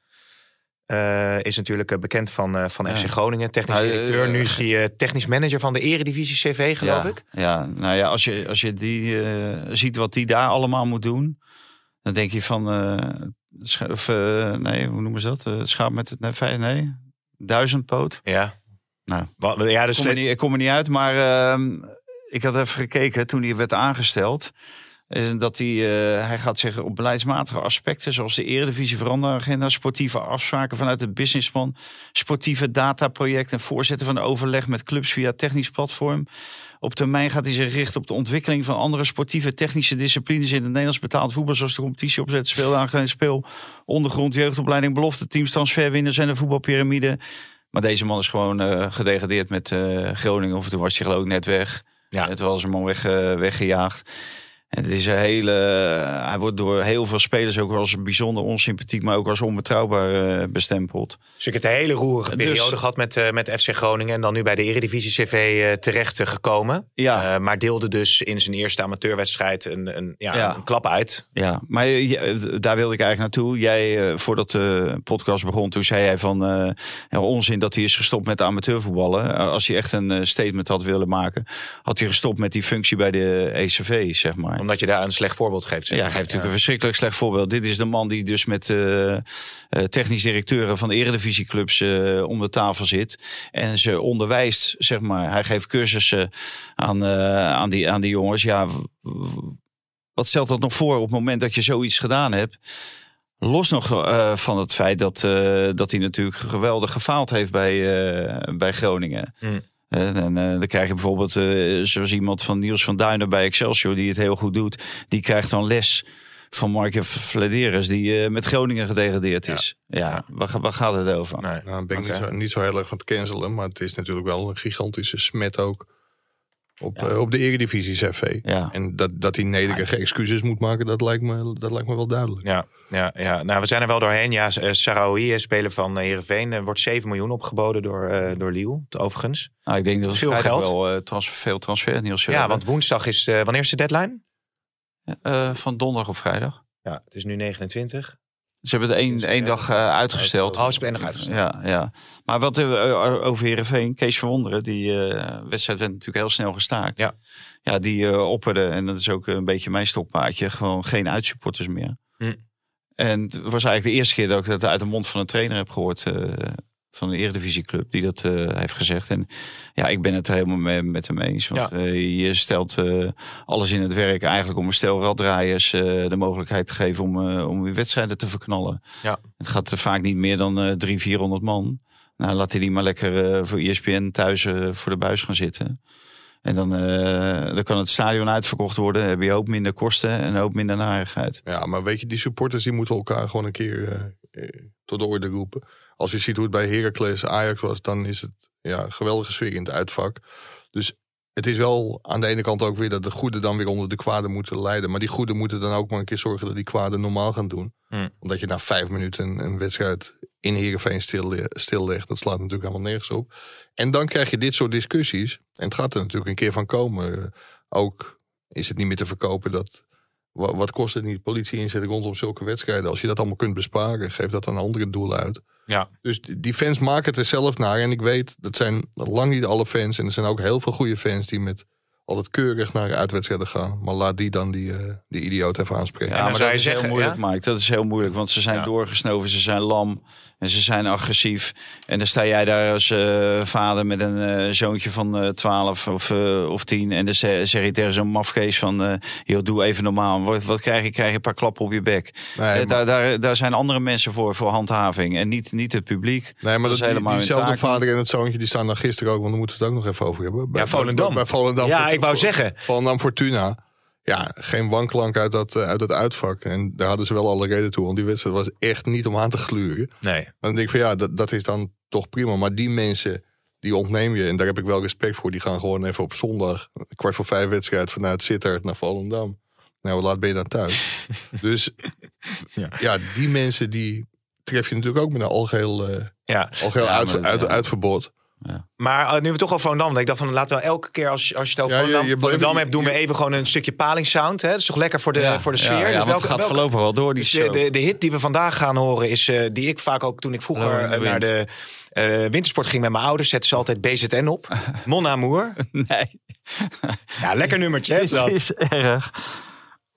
Uh, is natuurlijk uh, bekend van, uh, van ja. F C Groningen, technisch directeur. Uh, uh, nu is hij uh, technisch manager van de Eredivisie C V, geloof ja, ik. Ja, nou ja, als je, als je die uh, ziet wat die daar allemaal moet doen, dan denk je van, uh, scha- of, uh, nee, hoe noemen ze dat? Uh, schaap met het, nee, nee, duizendpoot. Ja. Nou, Wat, ja, dus ik kom er niet, ik kom er niet uit, maar uh, ik had even gekeken toen hij werd aangesteld. En dat hij, uh, hij gaat zeggen op beleidsmatige aspecten zoals de Eredivisie veranderagenda, sportieve afspraken vanuit het businessplan, sportieve dataproject en voorzetten van overleg met clubs via technisch platform. Op termijn gaat hij zich richten op de ontwikkeling van andere sportieve technische disciplines in het Nederlands betaald voetbal, zoals de competitie opzet, speeldagen, speel, ondergrond, jeugdopleiding, belofte, teams, transferwinners en de voetbalpyramide. Maar deze man is gewoon uh, gedegradeerd met uh, Groningen. Of toen was hij geloof ik net weg. Ja. Het was hem al weg, uh, weggejaagd. En het is een hele, uh, hij wordt door heel veel spelers ook als bijzonder onsympathiek, maar ook als onbetrouwbaar uh, bestempeld. Dus ik heb een hele roerige periode dus, gehad met, uh, met F C Groningen. En dan nu bij de Eredivisie C V uh, terecht uh, gekomen. Ja. Uh, maar deelde dus in zijn eerste amateurwedstrijd een, een, ja, ja. een klap uit. Ja, maar uh, daar wilde ik eigenlijk naartoe. Jij, uh, voordat de podcast begon, toen zei jij van uh, ja, onzin dat hij is gestopt met amateurvoetballen. Uh, als hij echt een uh, statement had willen maken, had hij gestopt met die functie bij de E C V, zeg maar. Omdat je daar een slecht voorbeeld geeft. Zeg maar. Ja, geeft natuurlijk ja. een verschrikkelijk slecht voorbeeld. Dit is de man die dus met uh, uh, technisch directeuren van de eredivisieclubs uh, om de tafel zit. En ze onderwijst, zeg maar. Hij geeft cursussen aan, uh, aan, die, aan die jongens. Ja, wat stelt dat nog voor op het moment dat je zoiets gedaan hebt? Los nog uh, van het feit dat, uh, dat hij natuurlijk geweldig gefaald heeft bij, uh, bij Groningen. Hmm. En, en uh, dan krijg je bijvoorbeeld uh, zoals iemand van Niels van Duinen bij Excelsior die het heel goed doet. Die krijgt dan les van Mark Vladeres die uh, met Groningen gedegradeerd is. Ja, ja, ja. Waar, waar gaat het over? Nee, nou, ben ik okay. niet, zo, niet zo heel erg van het cancelen. Maar het is natuurlijk wel een gigantische smet ook op, ja. uh, op de Eredivisie C V. Ja. En dat, dat hij nederige ja. excuses moet maken, dat lijkt me, dat lijkt me wel duidelijk. Ja, ja, ja. Nou, we zijn er wel doorheen. Ja, Sarawi, speler van Heerenveen, er wordt zeven miljoen opgeboden door, uh, door Lille, overigens. Nou, ik denk dat het veel geld wel uh, transfer, veel transfer Niels. Ja, want woensdag is, uh, wanneer is de deadline? Uh, van donderdag op vrijdag. Ja, het is nu negenentwintig. Ze hebben het één, dus, één dag uh, uitgesteld. Oh, ze hebben één dag uitgesteld. Ja, ja. Maar wat uh, over Heerenveen, Kees Verwonderen, die uh, wedstrijd werd natuurlijk heel snel gestaakt. Ja, ja die uh, opperde, en dat is ook een beetje mijn stokpaardje, gewoon geen uitsupporters meer. Hm. En het was eigenlijk de eerste keer dat ik dat uit de mond van een trainer heb gehoord. Uh, van de Eredivisieclub die dat uh, heeft gezegd. En ja, ik ben het er helemaal mee, met hem eens. Want ja. uh, je stelt uh, alles in het werk eigenlijk om een stel raddraaiers uh, de mogelijkheid te geven om, uh, om weer wedstrijden te verknallen. Ja. Het gaat vaak niet meer dan uh, driehonderd, vierhonderd man. Nou, laat hij die maar lekker uh, voor E S P N thuis uh, voor de buis gaan zitten. En dan, uh, dan kan het stadion uitverkocht worden. Dan heb je een hoop minder kosten en een hoop minder narigheid. Ja, maar weet je, die supporters die moeten elkaar gewoon een keer uh, tot de orde roepen. Als je ziet hoe het bij Heracles Ajax was, dan is het ja, een geweldige sfeer in het uitvak. Dus het is wel aan de ene kant ook weer dat de goede dan weer onder de kwade moeten lijden. Maar die goede moeten dan ook maar een keer zorgen dat die kwade normaal gaan doen. Hmm. Omdat je na vijf minuten een, een wedstrijd in Heerenveen stillegt, stillegt, dat slaat natuurlijk helemaal nergens op. En dan krijg je dit soort discussies. En het gaat er natuurlijk een keer van komen. Ook is het niet meer te verkopen dat... Wat kost het niet politie inzetten rondom zulke wedstrijden? Als je dat allemaal kunt besparen, geef dat aan andere doelen uit. Ja. Dus die fans maken het er zelf naar. En ik weet, dat zijn lang niet alle fans. En er zijn ook heel veel goede fans die met altijd keurig naar uitwedstrijden gaan. Maar laat die dan die, uh, die idioot even aanspreken. Ja, maar dat is zeggen, heel moeilijk, ja? Mike. Dat is heel moeilijk, want ze zijn ja. doorgesnoven, ze zijn lam en ze zijn agressief. En dan sta jij daar als uh, vader met een uh, zoontje van uh, twaalf of, uh, of tien. En dan zeg je tegen zo'n mafkees van, uh, joh, doe even normaal. Wat, wat krijg je? Krijg je een paar klappen op je bek. Nee, uh, daar, daar, daar zijn andere mensen voor, voor handhaving. En niet, niet het publiek. Nee, maar dat, dat die, diezelfde vader en het zoontje, die staan dan gisteren ook, want daar moeten we het ook nog even over hebben. Bij, ja, Volendam. Bij, bij Volendam. Ja, ik wou zeggen. Volendam Fortuna. Ja, geen wanklank uit dat, uh, uit dat uitvak. En daar hadden ze wel alle reden toe. Want die wedstrijd was echt niet om aan te gluren. Nee. Dan denk ik van ja, dat, dat is dan toch prima. Maar die mensen, die ontneem je. En daar heb ik wel respect voor. Die gaan gewoon even op zondag, kwart voor vijf wedstrijd vanuit Sittard naar Volendam. Nou, hoe laat ben je dan thuis? Dus ja. ja, die mensen die tref je natuurlijk ook met een algeheel, uh, ja. algeheel ja, uit, uit, ja. uitverbod. Ja. Maar uh, nu we het toch al Volendam, ik dacht van laten we elke keer als, als je het over ja, Volendam, je, je Volendam hebt, doen we even gewoon een stukje palingsound. Hè? Dat is toch lekker voor de, ja, voor de sfeer. Ja, ja, dus welke, het gaat welke, voorlopig wel door. Die dus de, de, de hit die we vandaag gaan horen is uh, die ik vaak ook toen ik vroeger uh, naar de uh, wintersport ging met mijn ouders, zetten ze altijd B Z N op. Mon Amour. Nee. Ja, lekker nummertje. Het is erg.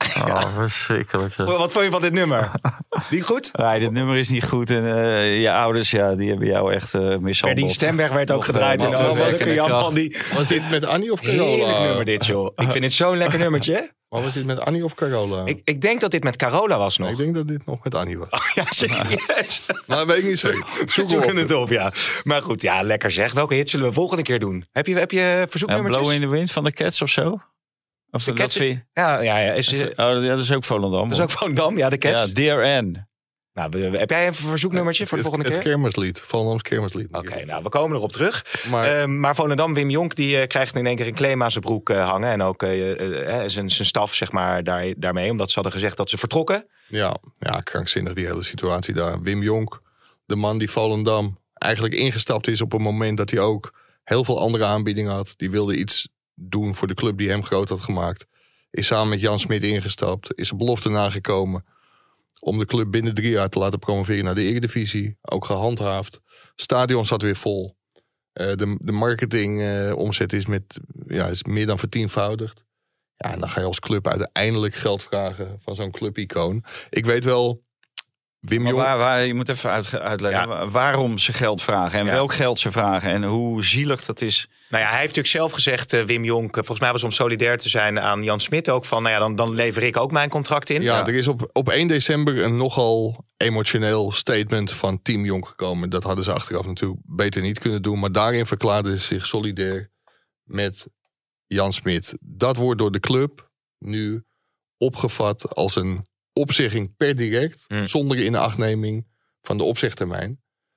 Oh, verschrikkelijk. Wat, wat vond je van dit nummer? Niet goed? Nee, dit nummer is niet goed. En uh, je ouders, ja, die hebben jou echt uh, mishandeld. Berdien Stemberg werd ook Nog, gedraaid. uh, in maar- de maar- auto. maar- Jan kracht. Man, die... Was dit met Annie of Carola? Heerlijk nummer dit, joh. Ik vind het zo'n lekker nummertje. Maar was dit met Annie of Carola? Ik, ik denk dat dit met Carola was nog. Ik denk dat dit nog met Annie was. Ja, serieus. Maar weet ik niet zeker. We Zoek zoeken op. het op, ja. Maar goed, ja, lekker zeg. Welke hit zullen we volgende keer doen? Heb je, heb je Ja, verzoeknummertjes? Blow in the Wind van de Cats of zo? Of De dat Cats- vind je- Ja, ja, ja. Is, Oh, ja, dat is ook Volendam. dat is ook van Dam, ja, de Cats. Ja, Dear Anne. Nou, we- we- heb jij een verzoeknummertje voor de Het- volgende Het keer? kermislied. Volendams kermislied. Oké, nou, we komen erop terug. Maar- Maar, maar Volendam, Wim Jonk, die eh, krijgt in één keer een claim aan zijn broek eh, hangen. En ook eh, eh, zijn, zijn staf, zeg maar, daar, daarmee. Omdat ze hadden gezegd dat ze vertrokken. Ja, ja, krankzinnig die hele situatie daar. Wim Jonk, de man die Volendam eigenlijk ingestapt is op een moment dat hij ook heel veel andere aanbiedingen had. Die wilde iets doen voor de club die hem groot had gemaakt. Is samen met Jan Smit ingestapt. Is een belofte nagekomen om de club binnen drie jaar te laten promoveren naar de Eredivisie. Ook gehandhaafd. Stadion zat weer vol. Uh, de de marketingomzet uh, is, met, ja, is meer dan vertienvoudigd. Ja, en dan ga je als club uiteindelijk geld vragen van zo'n clubicoon. Ik weet wel, Wim Maar Jonk... waar, waar, je moet even uit, uitleggen Ja. wa- waarom ze geld vragen. En Ja. welk geld ze vragen. En hoe zielig dat is. Nou ja, hij heeft natuurlijk zelf gezegd, eh, Wim Jonk, eh, volgens mij was om solidair te zijn aan Jan Smit ook. Van, nou ja, dan, dan lever ik ook mijn contract in. Ja, er is op, op één december een nogal emotioneel statement van Team Jonk gekomen. Dat hadden ze achteraf natuurlijk beter niet kunnen doen. Maar daarin verklaarden ze zich solidair met Jan Smit. Dat wordt door de club nu opgevat als een opzegging per direct. Hmm. Zonder inachtneming van de opzegtermijn.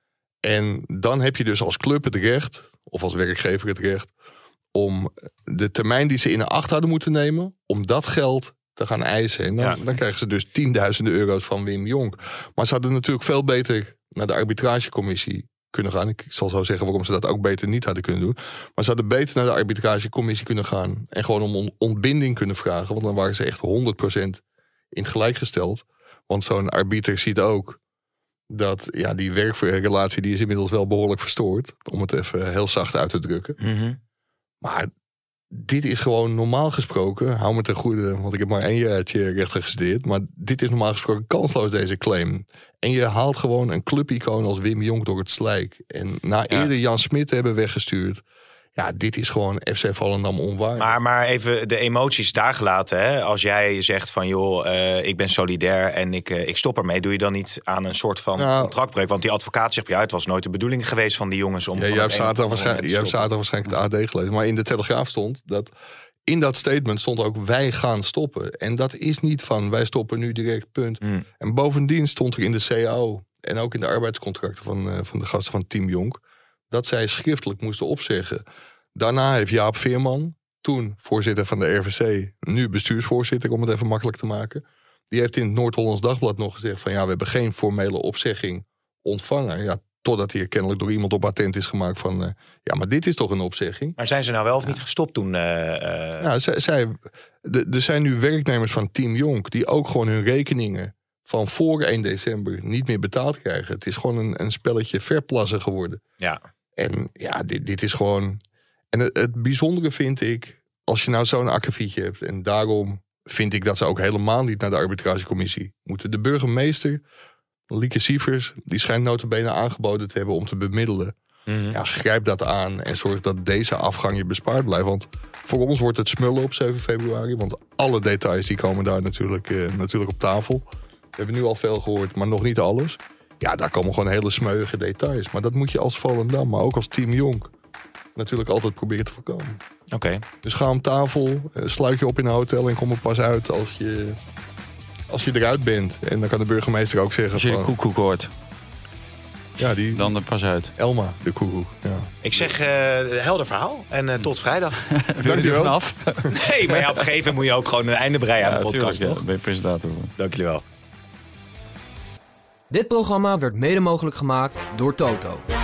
En dan heb je dus als club het recht, of als werkgever het recht, om de termijn die ze in acht hadden moeten nemen, om dat geld te gaan eisen. En dan, Ja. dan krijgen ze dus tienduizenden euro's van Wim Jonk. Maar ze hadden natuurlijk veel beter naar de arbitragecommissie kunnen gaan. Ik zal zo zeggen waarom ze dat ook beter niet hadden kunnen doen. Maar ze hadden beter naar de arbitragecommissie kunnen gaan en gewoon om on- ontbinding kunnen vragen. Want dan waren ze echt honderd procent in het gelijk gesteld. Want zo'n arbiter ziet ook dat ja, die werkrelatie die is inmiddels wel behoorlijk verstoord. Om het even heel zacht uit te drukken. Mhm. Maar dit is gewoon normaal gesproken, hou me ten goede, want ik heb maar één jaartje rechten gestudeerd. Maar dit is normaal gesproken kansloos, deze claim. En je haalt gewoon een clubicoon als Wim Jonk door het slijk. En na Ja. eerder Jan Smit te hebben weggestuurd. Ja, dit is gewoon F C Volendam onwaardig. Maar, maar even de emoties daar gelaten. Hè? Als jij zegt van joh, uh, ik ben solidair en ik, uh, ik stop ermee. Doe je dan niet aan een soort van Nou, contractbreuk? Want die advocaat zegt ja, het was nooit de bedoeling geweest van die jongens om Ja, van jij hebt het een op zaterdag het andere waarschijnlijk, jij hebt moment te zaterdag waarschijnlijk de A D gelezen. Maar in de Telegraaf stond dat in dat statement stond ook wij gaan stoppen. En dat is niet van wij stoppen nu direct, punt. Hmm. En bovendien stond er in de C A O en ook in de arbeidscontracten van, uh, van de gasten van Team Jonk dat zij schriftelijk moesten opzeggen. Daarna heeft Jaap Veerman, toen voorzitter van de R V C, nu bestuursvoorzitter, om het even makkelijk te maken. Die heeft in het Noord-Hollands Dagblad nog gezegd van ja, we hebben geen formele opzegging ontvangen. Ja, totdat hier kennelijk door iemand op attent is gemaakt van uh, ja, maar dit is toch een opzegging. Maar zijn ze nou wel of niet gestopt toen? Uh, uh... Nou, zij, zij, de, er zijn nu werknemers van Team Jonk die ook gewoon hun rekeningen van voor één december niet meer betaald krijgen. Het is gewoon een, een spelletje verplassen geworden. Ja. En ja, dit, dit is gewoon... En het, het bijzondere vind ik, als je nou zo'n akkefietje hebt, en daarom vind ik dat ze ook helemaal niet naar de arbitragecommissie moeten. De burgemeester, Lieke Sievers, die schijnt nota bene aangeboden te hebben om te bemiddelen. Mm-hmm. Ja, grijp dat aan en zorg dat deze afgang je bespaard blijft. Want voor ons wordt het smullen op zeven februari. Want alle details die komen daar natuurlijk, uh, natuurlijk op tafel. We hebben nu al veel gehoord, maar nog niet alles. Ja, daar komen gewoon hele smeuïge details. Maar dat moet je als Volendam, maar ook als Team Jonk natuurlijk altijd proberen te voorkomen. Oké. Okay. Dus ga om tafel, sluit je op in een hotel en kom er pas uit als je, als je eruit bent. En dan kan de burgemeester ook zeggen... Als je de koekoek hoort. Ja, die, dan er pas uit. Elma, de koekoek. Ja. Ik zeg uh, helder verhaal en uh, tot vrijdag. Wil je er vanaf? Nee, maar ja, op een gegeven moment moet je ook gewoon een einde breien aan ja, de podcast. Tuurlijk, toch? Ja, ben je presentator. Dank jullie wel. Dit programma werd mede mogelijk gemaakt door Toto.